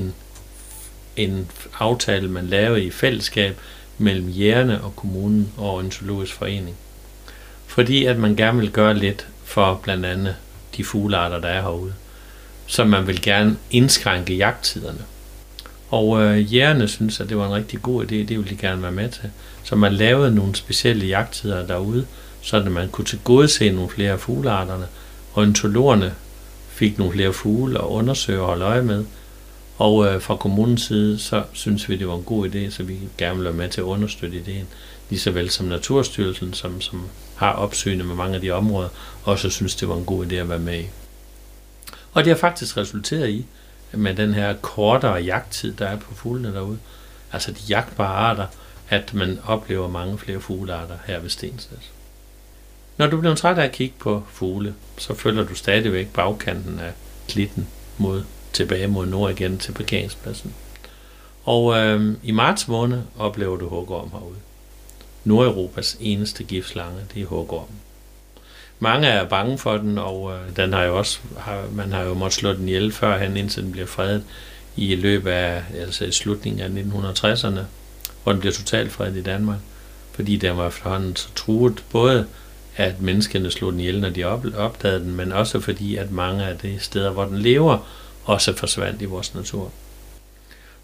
en aftale, man lavede i fællesskab mellem jægerne og kommunen og Ornitologisk Forening. Fordi at man gerne vil gøre lidt for blandt andet de fuglearter, der er herude. Så man vil gerne indskrænke jagttiderne. Og jægerne synes, at det var en rigtig god idé, det ville de gerne være med til. Så man lavede nogle specielle jagttider derude, så at man kunne tilgodese nogle flere fuglearterne. Ornitologerne fik nogle flere fugle og undersøge og holde øje med. Og fra kommunens side, så synes vi, det var en god idé, så vi gerne vil være med til at understøtte ideen. Lige så vel som Naturstyrelsen, som har opsynet med mange af de områder, også synes, det var en god idé at være med i. Og det har faktisk resulteret i, med den her kortere jagttid, der er på fuglene derude, altså de jagtbare arter, at man oplever mange flere fuglearter her ved Stensnæs. Når du bliver træt af at kigge på fugle, så følger du stadigvæk bagkanten af klitten tilbage mod nord igen til parkeringspladsen. Og i marts måned oplever du hugorm herude. Nordeuropas eneste giftslange, det er hugormen. Mange er bange for den, og den har jo også, man har jo måttet slå den ihjel førhen, indtil den bliver fredet i løbet af slutningen af 1960'erne, hvor den bliver totalt fredet i Danmark, fordi den var efterhånden så truet, både at menneskene slog den ihjel, når de opdagede den, men også fordi, at mange af de steder, hvor den lever, også forsvandt i vores natur.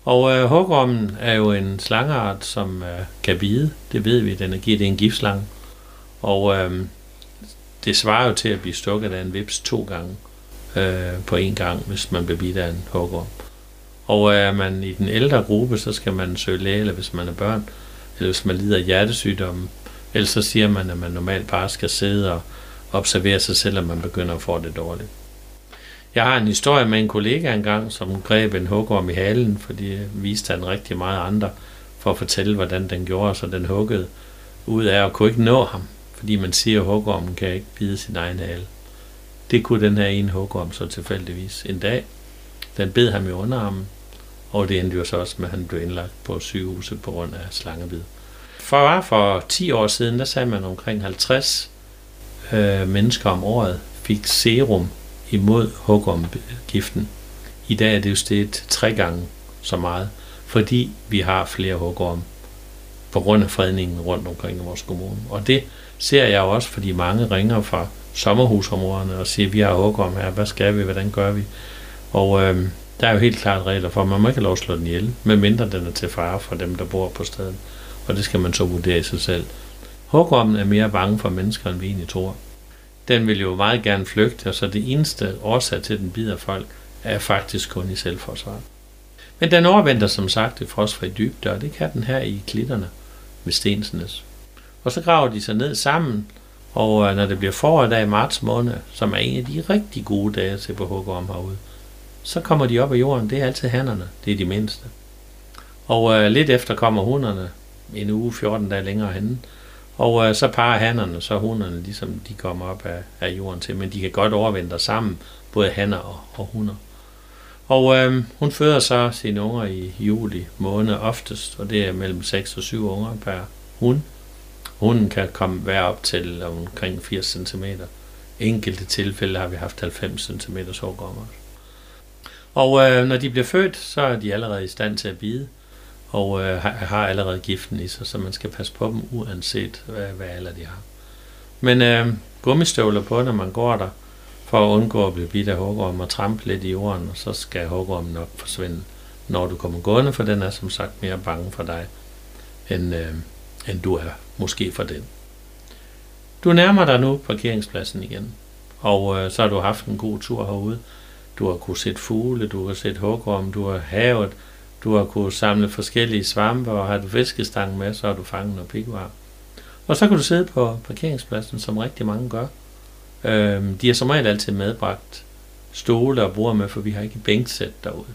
Og hugormen er jo en slangeart, som kan bide. Det ved vi, den er en giftslange. Og det svarer jo til at blive stukket af en vips 2 gange på en gang, hvis man bliver bidt af en hugorm. Og er man i den ældre gruppe, så skal man søge læge, eller hvis man er børn, eller hvis man lider af hjertesygdomme. Ellers så siger man, at man normalt bare skal sidde og observere sig selv, at man begynder at få det dårligt. Jeg har en historie med en kollega engang, som greb en hugorm i halen, fordi det viste han rigtig meget andre, for at fortælle, hvordan den gjorde, så den huggede ud af og kunne ikke nå ham, fordi man siger, at hugormen kan ikke bide sin egen hale. Det kunne den her ene hugorm så tilfældigvis en dag. Den bed ham i underarmen, og det endte jo så også med, at han blev indlagt på sygehuset på grund af slangebid. For 10 år siden, der sagde man omkring 50 mennesker om året fik serum imod hugormgiften. I dag er det jo steget 3 gange så meget, fordi vi har flere hugorme på grund af fredningen rundt omkring i vores kommune. Og det ser jeg jo også, fordi mange ringer fra sommerhusområderne og siger, vi har hugorm her, hvad skal vi, hvordan gør vi? Og der er jo helt klart regler for, at man må ikke have lov at slå den ihjel, medmindre den er til fare for dem, der bor på stedet. Og det skal man så vurdere i sig selv. Hugormen er mere bange for mennesker, end vi egentlig tror. Den vil jo meget gerne flygte, og så det eneste årsag til, at den bider folk, er faktisk kun i selvforsvar. Men den overventer som sagt i frostfri dybde, og det kan den her i klitterne ved Stensnæs. Og så graver de sig ned sammen, og når det bliver forår i marts måned, som er en af de rigtig gode dage til på hugorm herude, så kommer de op af jorden. Det er altid hannerne, det er de mindste. Og lidt efter kommer hunderne, en uge 14 dage længere henne, og så parer hannerne, så hunderne ligesom de kommer op af jorden til, men de kan godt overvintre sammen, både hanner og hunder. Og hun føder så sine unger i juli måned oftest, og det er mellem 6 og 7 unger per hund. Hunden kan være op til omkring 80 cm. Enkelte tilfælde har vi haft 90 cm hugorm. Og når de bliver født, så er de allerede i stand til at bide, og har allerede giften i sig, så man skal passe på dem, uanset hvad alder de har. Men gummistøvler på, når man går der, for at undgå at blive bidt af hugorm og trampe lidt i jorden, og så skal hugormen nok forsvinde, når du kommer gående, for den er som sagt mere bange for dig, end du er måske for den. Du nærmer dig nu parkeringspladsen igen, og så har du haft en god tur herude. Du har kunne se fugle, du har set hugorm, du har havet, du har kunne samle forskellige svampe, og har du fiskestang med, så har du fanget noget pighvar. Og så kan du sidde på parkeringspladsen, som rigtig mange gør. De har som regel altid medbragt stole og bord med, for vi har ikke bænksæt derude.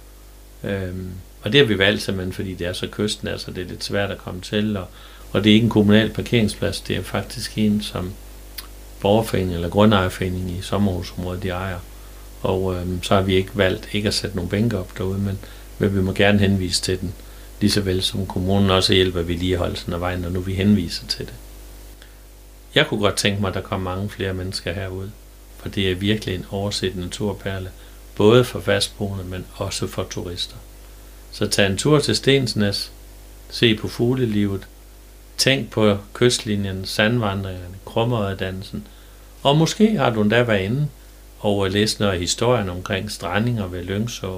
Og det har vi valgt simpelthen, fordi det er så kystnært, så det er lidt svært at komme til, og det er ikke en kommunal parkeringsplads, det er faktisk en, som borgerforening eller grundejerforening i sommerhusområdet, de ejer. Og så har vi ikke valgt ikke at sætte nogle bænker op derude, men vi må gerne henvise til den, lige så vel som kommunen også hjælper vedligeholdelsen af vejen, når nu vi henviser til det. Jeg kunne godt tænke mig, at der kommer mange flere mennesker herude, for det er virkelig en overset naturperle, både for fastboende, men også for turister. Så tag en tur til Stensnæs, se på fuglelivet, tænk på kystlinjen, sandvandringerne, Krummerøddansen, og måske har du endda været inde og læst noget af historien omkring strandinger ved Lyngså,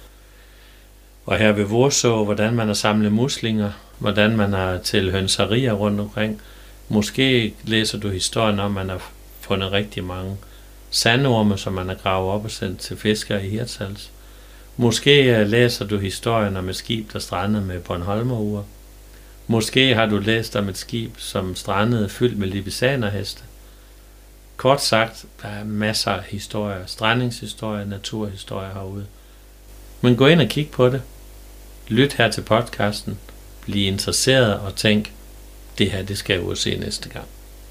og her ved Vorså, hvordan man har samlet muslinger, hvordan man har til hønserier rundt omkring. Måske læser du historien om, at man har fundet rigtig mange sandorme, som man har gravet op og sendt til fiskere i Hirtshals. Måske læser du historien om et skib, der strandede med Bornholmerure. Måske har du læst om et skib, som strandede fyldt med lipisanerheste. Kort sagt, der er masser af historier, strandingshistorier, naturhistorier herude. Men gå ind og kig på det. Lyt her til podcasten. Bliv interesseret og tænk, det her, det skal jeg ud se næste gang.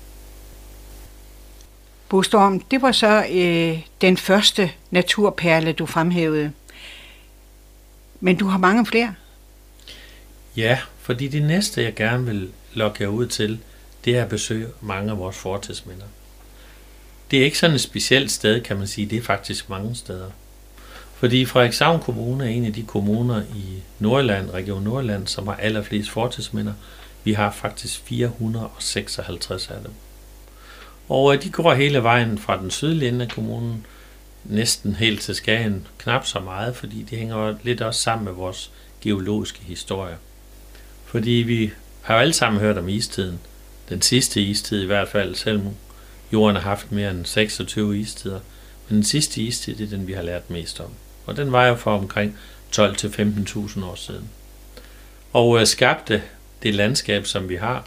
Bo Storm, det var så den første naturperle, du fremhævede. Men du har mange flere. Ja, fordi det næste, jeg gerne vil lokke jer ud til, det er at besøge mange af vores fortidsminder. Det er ikke sådan et specielt sted, kan man sige. Det er faktisk mange steder. Fordi Frederikshavn Kommune er en af de kommuner i Nordjylland, Region Nordjylland, som har allerflest fortidsminder. Vi har faktisk 456 af dem. Og de går hele vejen fra den sydlige ende af kommunen, næsten helt til Skagen. Knap så meget, fordi de hænger lidt også sammen med vores geologiske historie. Fordi vi har jo alle sammen hørt om istiden. Den sidste istid i hvert fald, selvom jorden har haft mere end 26 istider. Men den sidste istid, det er den, vi har lært mest om. Og den var jo for omkring 12-15.000 år siden. Og skabte det landskab, som vi har.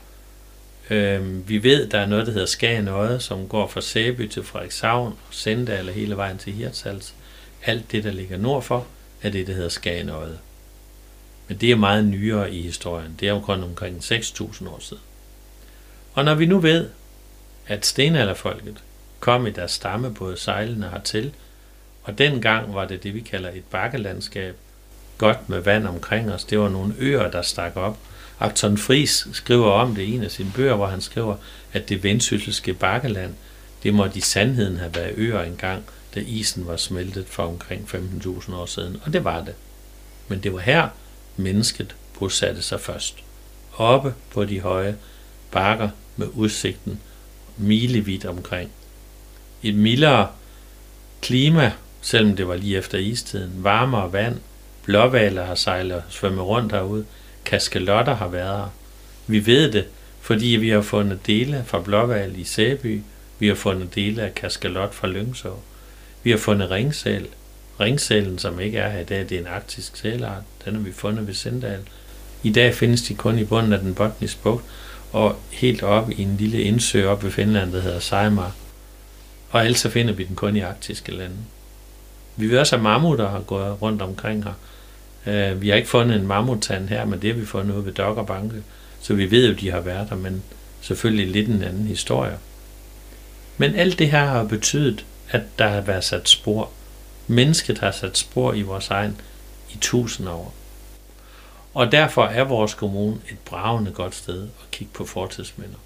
Vi ved, der er noget, der hedder Skagen Odde, som går fra Sæby til Frederikshavn og Sindal hele vejen til Hirtshals. Alt det, der ligger nordfor, er det, der hedder Skagen Odde. Men det er meget nyere i historien. Det er jo kun omkring 6.000 år siden. Og når vi nu ved, at stenalderfolket kom i deres stammebåde sejlende hertil, og dengang var det vi kalder et bakkelandskab, godt med vand omkring os. Det var nogle øer, der stak op. Achton Friis skriver om det i en af sine bøger, hvor han skriver, at det vendsysselske bakkeland, det måtte i sandheden have været øer engang, da isen var smeltet for omkring 15.000 år siden. Og det var det. Men det var her, mennesket bosatte sig først. Oppe på de høje bakker med udsigten milevidt omkring. Et mildere klima, selvom det var lige efter istiden, varmere vand, blåhvaler har sejlet og svømmet rundt herude, kaskelotter har været her. Vi ved det, fordi vi har fundet dele fra blåhval i Sæby, vi har fundet dele af kaskelot fra Lyngså, vi har fundet ringsæl. Ringsælen, som ikke er her i dag, det er en arktisk sælart. Den har vi fundet ved Sindal. I dag findes de kun i bunden af den botniske bugt, og helt oppe i en lille indsø oppe ved Finland, der hedder Saimaa. Og ellers så finder vi den kun i arktiske lande. Vi ved også, at mammutter har gået rundt omkring her. Vi har ikke fundet en mammuttand her, men det har vi fundet ude ved Dokkerbanke. Så vi ved jo, de har været der, men selvfølgelig lidt en anden historie. Men alt det her har betydet, at der har været sat spor. Mennesket har sat spor i vores egen i 1000 år. Og derfor er vores kommune et bragende godt sted at kigge på fortidsminder.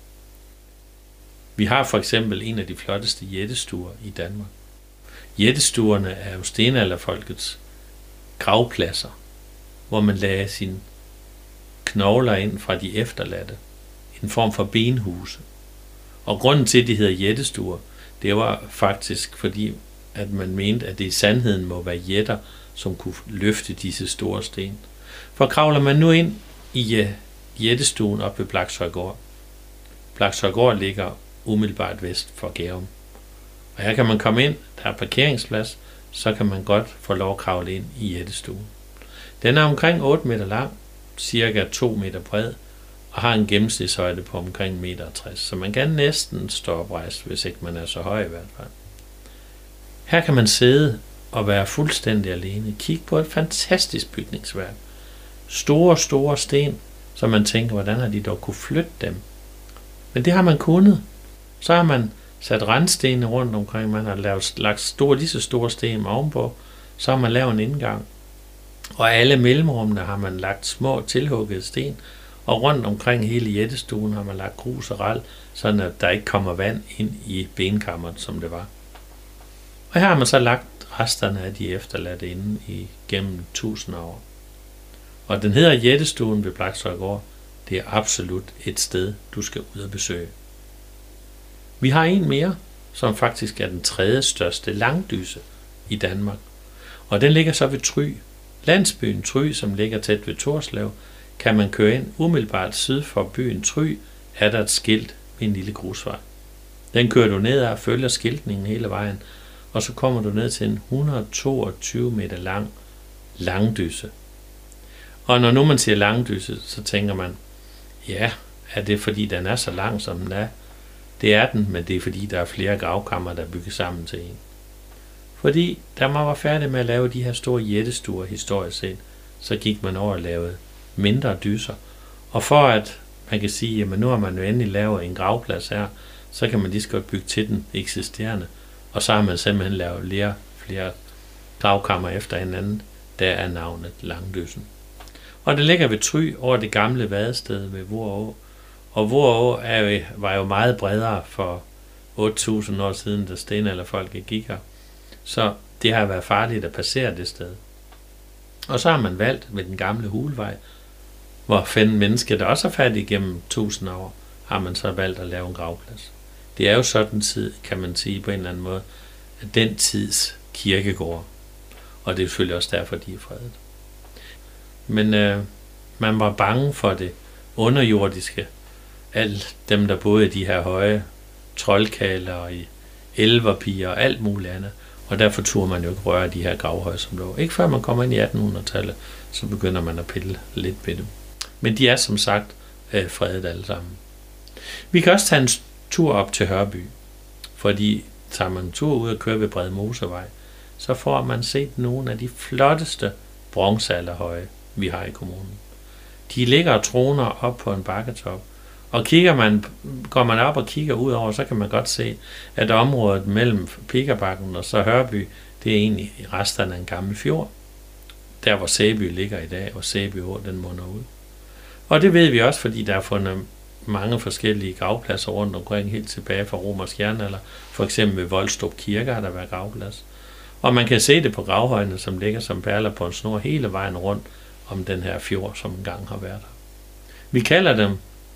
Vi har for eksempel en af de flotteste jættestuer i Danmark. Jættestuerne er jo stenalderfolkets gravpladser, hvor man lagde sine knogler ind fra de efterladte. En form for benhuse. Og grunden til, at de hedder jættestuer, det var faktisk fordi, at man mente, at det i sandheden må være jætter, som kunne løfte disse store sten. For kravler man nu ind i jættestuen op ved Blakshøjgård. Blakshøjgård ligger umiddelbart vest for Gærum. Og her kan man komme ind, der er parkeringsplads, så kan man godt få lov at kravle ind i jættestuen. Den er omkring 8 meter lang, cirka 2 meter bred, og har en gennemsnitshøjde på omkring 1,60 meter. Så man kan næsten stå oprejst, hvis ikke man er så høj i hvert fald. Her kan man sidde og være fuldstændig alene. Kig på et fantastisk bygningsværk. Store sten, så man tænker, hvordan har de dog kunne flytte dem? Men det har man kunnet. Så har man sat randstenene rundt omkring, man har lagt lige så store sten ovenpå, så har man lavet en indgang. Og alle mellemrummene har man lagt små tilhuggede sten, og rundt omkring hele jættestuen har man lagt grus og ral, sådan at der ikke kommer vand ind i benkammeret, som det var. Og her har man så lagt resterne af de efterladte inde igennem 1000 år. Og den hedder Jættestuen ved Blakshøjgård. Det er absolut et sted, du skal ud og besøge. Vi har en mere, som faktisk er den 3. største langdyse i Danmark. Og den ligger så ved Try. Landsbyen Try, som ligger tæt ved Torslev, kan man køre ind umiddelbart syd for byen Try, er der et skilt med en lille grusvej. Den kører du ned og følger skiltningen hele vejen, og så kommer du ned til en 122 meter lang langdyse. Og når nu man siger langdyse, så tænker man, ja, er det fordi den er så lang, som den er? Det er den, men det er fordi, der er flere gravkammer, der bygger sammen til en. Fordi da man var færdig med at lave de her store jættestuer historisk set, så gik man over og lavede mindre dyser. Og for at man kan sige, at nu har man jo endelig lavet en gravplads her, så kan man lige så godt bygge til den eksisterende. Og så har man simpelthen lavet flere gravkammer efter hinanden. Der er navnet Langdysen. Og det ligger ved Try over det gamle vadested ved Vorå. Og Vorå var jo meget bredere for 8.000 år siden, da stenalderfolket gik her. Så det har været farligt at passere det sted. Og så har man valgt ved den gamle hulvej, hvor fanden mennesker, der også er færdige igennem 1000 år, har man så valgt at lave en gravplads. Det er jo sådan tid, kan man sige på en eller anden måde, at den tids kirkegård. Og det er selvfølgelig også derfor, de er fredet. Men man var bange for det underjordiske. Alle dem, der boede i de her høje troldkaler og i elverpiger og alt muligt andet. Og derfor turde man jo ikke røre de her gravhøje, som lå. Ikke før man kommer ind i 1800-tallet, så begynder man at pille lidt ved dem. Men de er som sagt fredet alle sammen. Vi kan også tage en tur op til Hørby, fordi tager man en tur ud og kører ved Brede Mosevej, så får man set nogle af de flotteste bronzealderhøje, vi har i kommunen. De ligger og troner op på en bakketop, og går man op og kigger ud over, så kan man godt se, at området mellem Pikkerbakken og så Hørby, det er egentlig resterne af en gammel fjord, der hvor Sæby ligger i dag, og Sæby Å, den munder ud. Og det ved vi også, fordi der er fundet mange forskellige gravpladser rundt omkring, helt tilbage fra romersk jernalder. For eksempel ved Voldstrup Kirke har der været gravplads. Og man kan se det på gravhøjene, som ligger som perler på en snor hele vejen rundt om den her fjord, som engang har været der. Vi kalder dem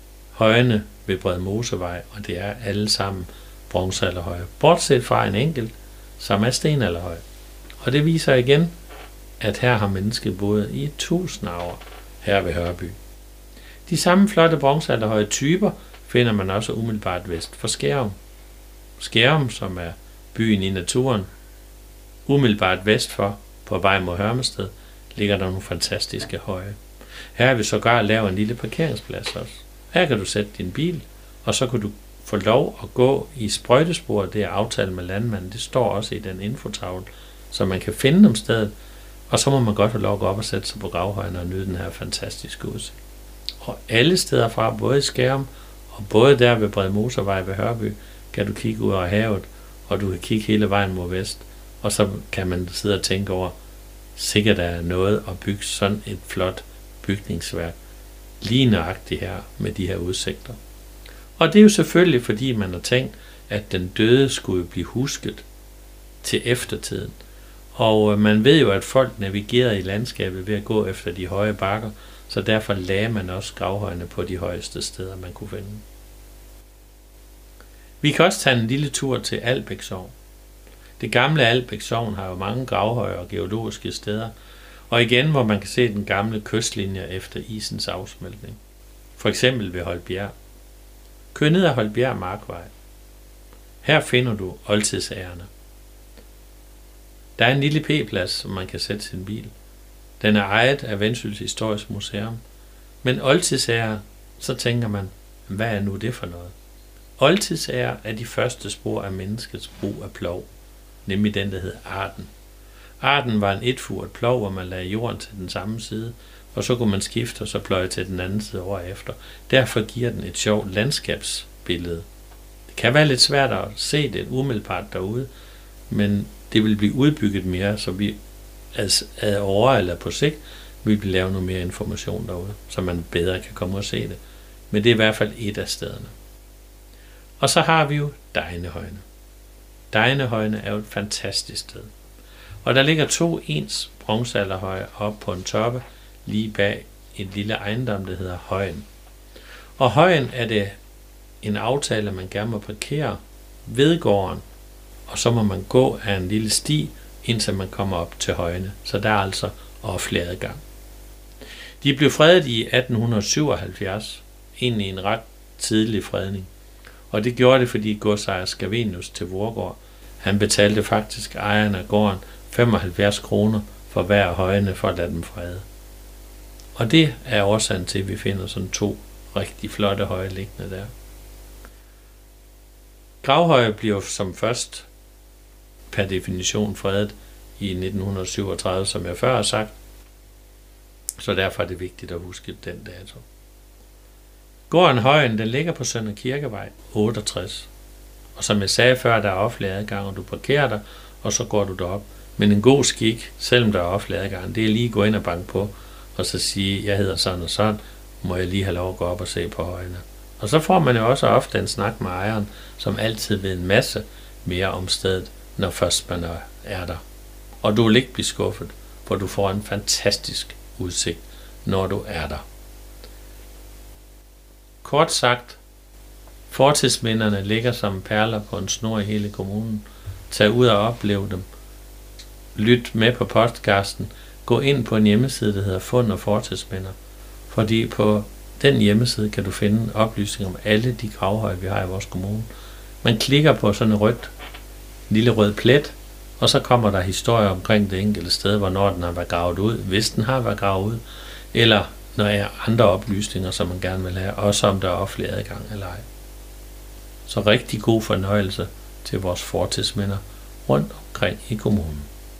højene ved Brede Mosevej, og det er alle sammen bronzealderhøje. Bortset fra en enkelt, som er stenalderhøj. Og det viser igen, at her har mennesket boet i 1000 år her ved Hørby. De samme flotte bronzealderhøje typer finder man også umiddelbart vest for Skærum. Skærum, som er byen i naturen, umiddelbart vest for, på vej mod Hørmested, ligger der nogle fantastiske høje. Her har vi sågar lavet en lille parkeringsplads også. Her kan du sætte din bil, og så kan du få lov at gå i sprøjtespor. Det er aftalt med landmanden. Det står også i den infotavle, så man kan finde dem stedet. Og så må man godt have lov at gå op og sætte sig på gravhøjen og nyde den her fantastiske udsigt. Og alle steder fra, både i Skærum og både der ved Brede Mosevej ved Hørby, kan du kigge ud over havet, og du kan kigge hele vejen mod vest. Og så kan man sidde og tænke over, sikkert der er noget at bygge sådan et flot bygningsværk, lige nøjagtigt her med de her udsigter. Og det er jo selvfølgelig, fordi man har tænkt, at den døde skulle blive husket til eftertiden. Og man ved jo, at folk navigerede i landskabet ved at gå efter de høje bakker, så derfor lagde man også gravhøjene på de højeste steder, man kunne finde. Vi kan også tage en lille tur til Albæk Sogn. Det gamle Albæk Sogn har jo mange gravhøje og geologiske steder, og igen, hvor man kan se den gamle kystlinje efter isens afsmeltning. For eksempel ved Holbjerg. Kør ned ad Holbjerg Markvej. Her finder du oldtidsærerne. Der er en lille p-plads, som man kan sætte sin bil. Den er ejet af Vendsyssel Historisk Museum. Men oldtidsære, så tænker man, hvad er nu det for noget? Oldtidsære er de første spor af menneskets brug af plov, nemlig den, der hed arden. Arden var en etfuret plov, hvor man lagde jorden til den samme side, og så kunne man skifte og så pløje til den anden side år efter. Derfor giver den et sjovt landskabsbillede. Det kan være lidt svært at se det umiddelbart derude, men det vil blive udbygget mere, så vi ad over eller på sigt vil vi lave noget mere information derude, så man bedre kan komme og se det. Men det er i hvert fald et af stederne. Og så har vi jo Degnehøjene. Degnehøjene er jo et fantastisk sted. Og der ligger 2 ens bronzealderhøje op på en toppe, lige bag en lille ejendom, der hedder Højen. Og Højen er det en aftale, man gerne må parkere ved gården, og så må man gå af en lille sti, indtil man kommer op til Højene. Så der er altså offentlig adgang. De blev fredet i 1877, egentlig en ret tidlig fredning. Og det gjorde det, fordi godsejer Scavenius til Vorgård, han betalte faktisk ejeren af gården 75 kroner for hver af højene for at lade dem frede. Og det er årsagen til, at vi finder sådan 2 rigtig flotte høje liggende der. Gravhøje bliver som først per definition fredet i 1937, som jeg før har sagt. Så derfor er det vigtigt at huske den dato. Gården Højen, den ligger på Sønder Kirkevej 68. Og som jeg sagde før, der er offentlig adgang, og du parkerer der, og så går du derop. Men en god skik, selvom der er offentlig adgang, det er lige at gå ind og banke på, og så sige, jeg hedder sådan og sådan, må jeg lige have lov at gå op og se på højene. Og så får man jo også ofte en snak med ejeren, som altid ved en masse mere om stedet, når først man er der. Og du vil ikke blive skuffet, for du får en fantastisk udsigt, når du er der. Kort sagt, fortidsminderne ligger som perler på en snor i hele kommunen. Tag ud og oplev dem. Lyt med på podcasten, gå ind på en hjemmeside, der hedder Fund og Fortidsminder. Fordi på den hjemmeside kan du finde oplysninger om alle de gravhøje, vi har i vores kommune. Man klikker på sådan en lille rød plet, og så kommer der historier omkring det enkelte sted, hvornår den har været gravet ud, hvis den har været gravet ud, eller når der er andre oplysninger, som man gerne vil have, også om der er offentlig adgang eller ej. Så rigtig god fornøjelse til vores fortidsminder rundt omkring i kommunen.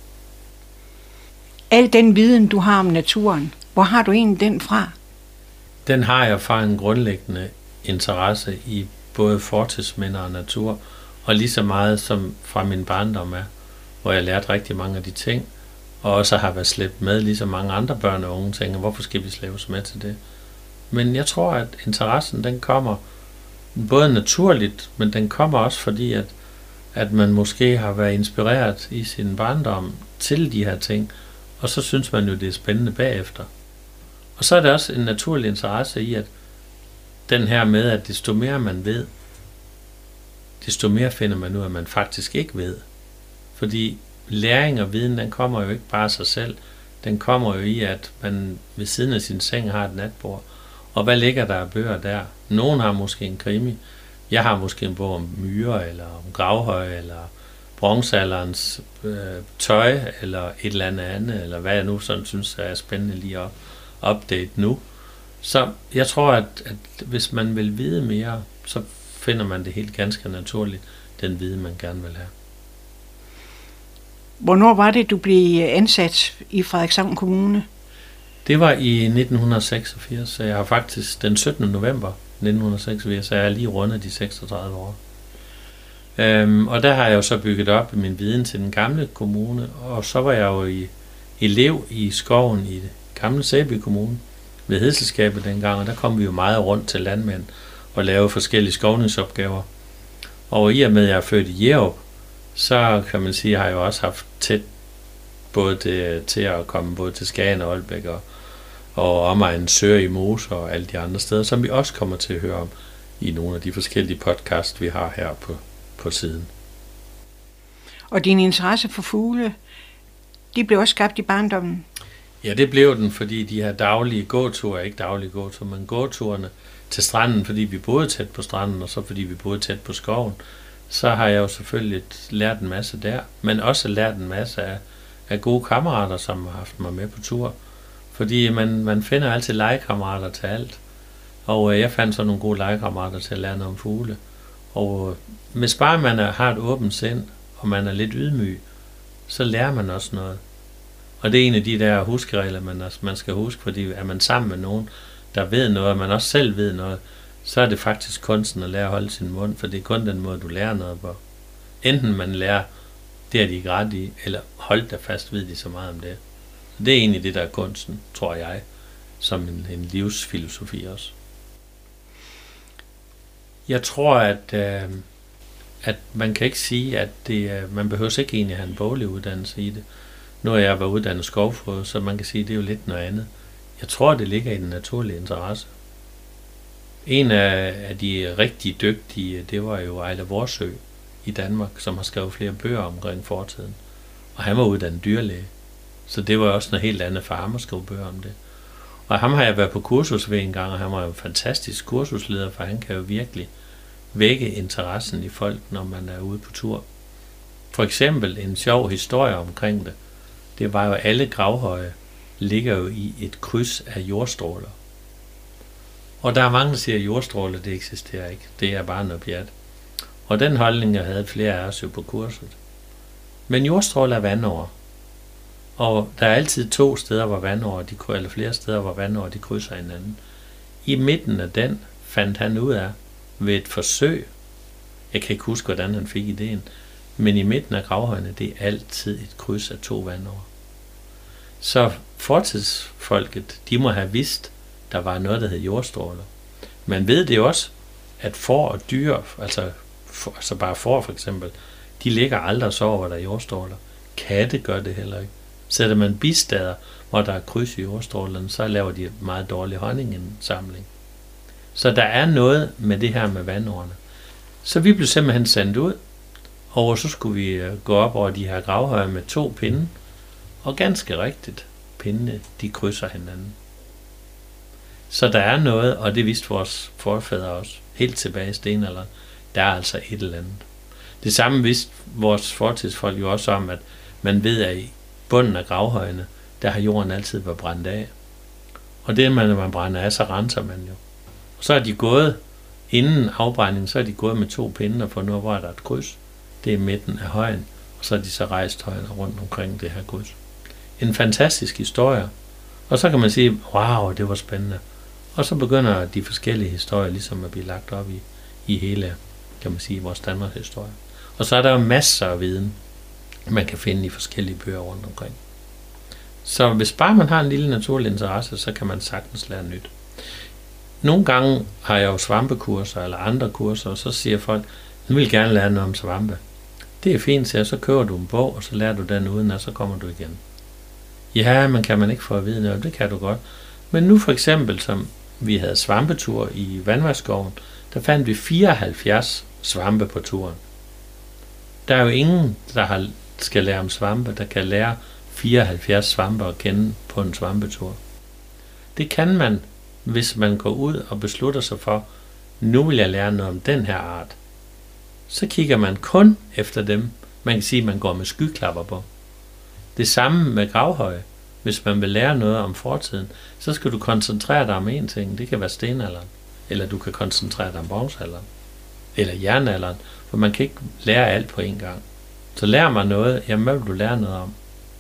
Al den viden, du har om naturen, hvor har du egentlig den fra? Den har jeg fra en grundlæggende interesse i både fortidsminder og natur, og lige så meget som fra min barndom er, hvor jeg lærte rigtig mange af de ting, og også har været slæbt med, ligesom mange andre børn og unge tænker, hvorfor skal vi slæbes med til det? Men jeg tror, at interessen, den kommer både naturligt, men den kommer også fordi, at man måske har været inspireret i sin barndom til de her ting, og så synes man jo, det er spændende bagefter. Og så er der også en naturlig interesse i, at den her med, at desto mere man ved, desto mere finder man ud af, at man faktisk ikke ved. Fordi læring og viden, den kommer jo ikke bare af sig selv. Den kommer jo i, at man ved siden af sin seng har et natbord. Og hvad ligger der af bøger der? Nogen har måske en krimi. Jeg har måske en bog om myrer, eller om gravhøje, eller bronzealderens tøj, eller et eller andet, eller hvad jeg nu sådan synes er spændende lige at update nu. Så jeg tror, at hvis man vil vide mere, så finder man det helt ganske naturligt, den viden, man gerne vil have. Hvornår var det, du blev ansat i Frederikshavn Kommune? Det var i 1986, så jeg har faktisk den 17. november 1986, så jeg er lige rundet de 36 år. Og der har jeg jo så bygget op min viden til den gamle kommune, og så var jeg jo elev i skoven i gamle Sæby Kommune ved Hedselskabet dengang, og der kom vi jo meget rundt til landmænd og lavede forskellige skovningsopgaver. Og i og med, at jeg er født i Jerup, så kan man sige, at jeg har jo også haft tæt både til at komme både til Skagen og Aalbæk og omegnen Sør i Mose og alle de andre steder, som vi også kommer til at høre om i nogle af de forskellige podcasts, vi har her på siden. Og din interesse for fugle, de blev også skabt i barndommen? Ja, det blev den, fordi de her daglige gåture, ikke daglige gåture, men gåturene til stranden, fordi vi boede tæt på stranden, og så fordi vi boede tæt på skoven, så har jeg jo selvfølgelig lært en masse der, men også lært en masse af gode kammerater, som har haft mig med på tur. Fordi man finder altid legekammerater til alt. Og jeg fandt så nogle gode legekammerater til at lære noget om fugle. Og hvis bare man har et åbent sind, og man er lidt ydmyg, så lærer man også noget. Og det er en af de der huskeregler, man skal huske, fordi er man sammen med nogen, der ved noget, og man også selv ved noget, så er det faktisk kunsten at lære at holde sin mund, for det er kun den måde, du lærer noget på. Enten man lærer, det er de ikke ret i, eller hold da fast, ved de så meget om det. Det er egentlig det, der er kunsten, tror jeg, som en livsfilosofi også. Jeg tror, at man kan ikke sige, at man behøver ikke egentlig have en boglig uddannelse i det. Nu er jeg været uddannet skovfrø, så man kan sige, at det er jo lidt noget andet. Jeg tror, det ligger i den naturlige interesse. En af de rigtig dygtige, det var jo Ejler Vorsø i Danmark, som har skrevet flere bøger omkring fortiden. Og han var uddannet dyrlæge. Så det var også noget helt andet for ham at skrive bøger om det. Og ham har jeg været på kursus ved en gang, og han var jo en fantastisk kursusleder, for han kan jo virkelig vække interessen i folk, når man er ude på tur. For eksempel en sjov historie omkring det. Det var jo, at alle gravhøje ligger jo i et kryds af jordstråler. Og der er mange, der siger, at jordstråler, det eksisterer ikke. Det er bare noget pjat. Og den holdning, jeg havde flere af os jo på kurset. Men jordstråler er vandår. Og der er altid to steder, hvor vandår, eller flere steder, hvor vandår, de krydser hinanden. I midten af den fandt han ud af ved et forsøg. Jeg kan ikke huske, hvordan han fik ideen. Men i midten af gravhøjene, det er altid et kryds af to vandår. Så fortidsfolket, de må have vidst, der var noget, der hed jordstråler. Man ved det også, at får og dyr, altså bare får for eksempel, de ligger aldrig så over, hvor der er jordstråler. Katte gør det heller ikke. Sætter man bistader, hvor der er kryds i jordstrålerne, så laver de meget dårlig honningindsamling. Så der er noget med det her med vandårene. Så vi blev simpelthen sendt ud, og så skulle vi gå op over de her gravhøje med 2 pinde. Og ganske rigtigt, pindene, de krydser hinanden. Så der er noget, og det vidste vores forfædre også, helt tilbage i stenalderen, der er altså et eller andet. Det samme vidste vores fortidsfolk jo også om, at man ved, at i bunden af gravhøjene, der har jorden altid været brændt af. Og det, man brænder af, så renser man jo. Og så er de gået, inden afbrændingen, så er de gået med 2 pinde og fundet ud, hvor der er et kryds. Det er midten af højen, og så er de så rejst højen rundt omkring det her kryds. En fantastisk historie. Og så kan man sige, wow, det var spændende. Og så begynder de forskellige historier ligesom at blive lagt op i hele, kan man sige, vores Danmarks historie. Og så er der jo masser af viden, man kan finde i forskellige bøger rundt omkring. Så hvis bare man har en lille naturlig interesse, så kan man sagtens lære nyt. Nogle gange har jeg jo svampekurser eller andre kurser, og så siger folk, jeg vil gerne lære noget om svampe. Det er fint, så køber du en bog, og så lærer du den uden, og så kommer du igen. Ja, men kan man ikke få at vide noget? Det kan du godt. Men nu for eksempel, som vi havde svampetur i Vandværksskoven, der fandt vi 74 svampe på turen. Der er jo ingen, der skal lære om svampe, der kan lære 74 svampe at kende på en svampetur. Det kan man, hvis man går ud og beslutter sig for, nu vil jeg lære noget om den her art. Så kigger man kun efter dem. Man kan sige, at man går med skyklapper på. Det samme med gravhøje. Hvis man vil lære noget om fortiden, så skal du koncentrere dig om én ting. Det kan være stenalderen. Eller du kan koncentrere dig om bronzealderen. Eller jernalderen. For man kan ikke lære alt på én gang. Så lærer man noget, jamen hvad vil du lære noget om?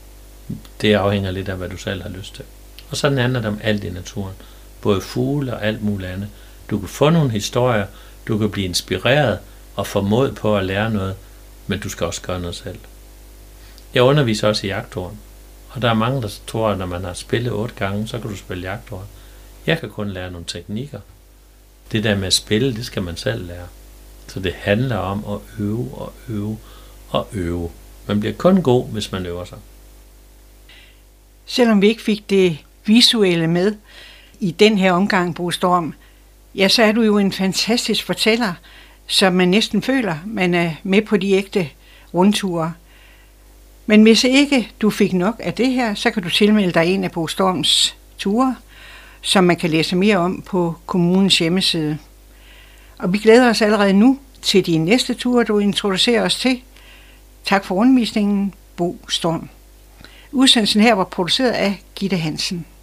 Det afhænger lidt af, hvad du selv har lyst til. Og sådan handler det om alt i naturen. Både fugle og alt muligt andet. Du kan få nogle historier, du kan blive inspireret og få mod på at lære noget, men du skal også gøre noget selv. Jeg underviser også i jagthorn, og der er mange, der tror, at når man har spillet 8 gange, så kan du spille jagthorn. Jeg kan kun lære nogle teknikker. Det der med at spille, det skal man selv lære. Så det handler om at øve og øve og øve. Man bliver kun god, hvis man øver sig. Selvom vi ikke fik det visuelle med i den her omgang, Bo Storm, ja, så er du jo en fantastisk fortæller, så man næsten føler, man er med på de ægte rundture. Men hvis ikke du fik nok af det her, så kan du tilmelde dig en af Bo Storms ture, som man kan læse mere om på kommunens hjemmeside. Og vi glæder os allerede nu til de næste ture, du introducerer os til. Tak for undervisningen, Bo Storm. Udsendelsen her var produceret af Gitte Hansen.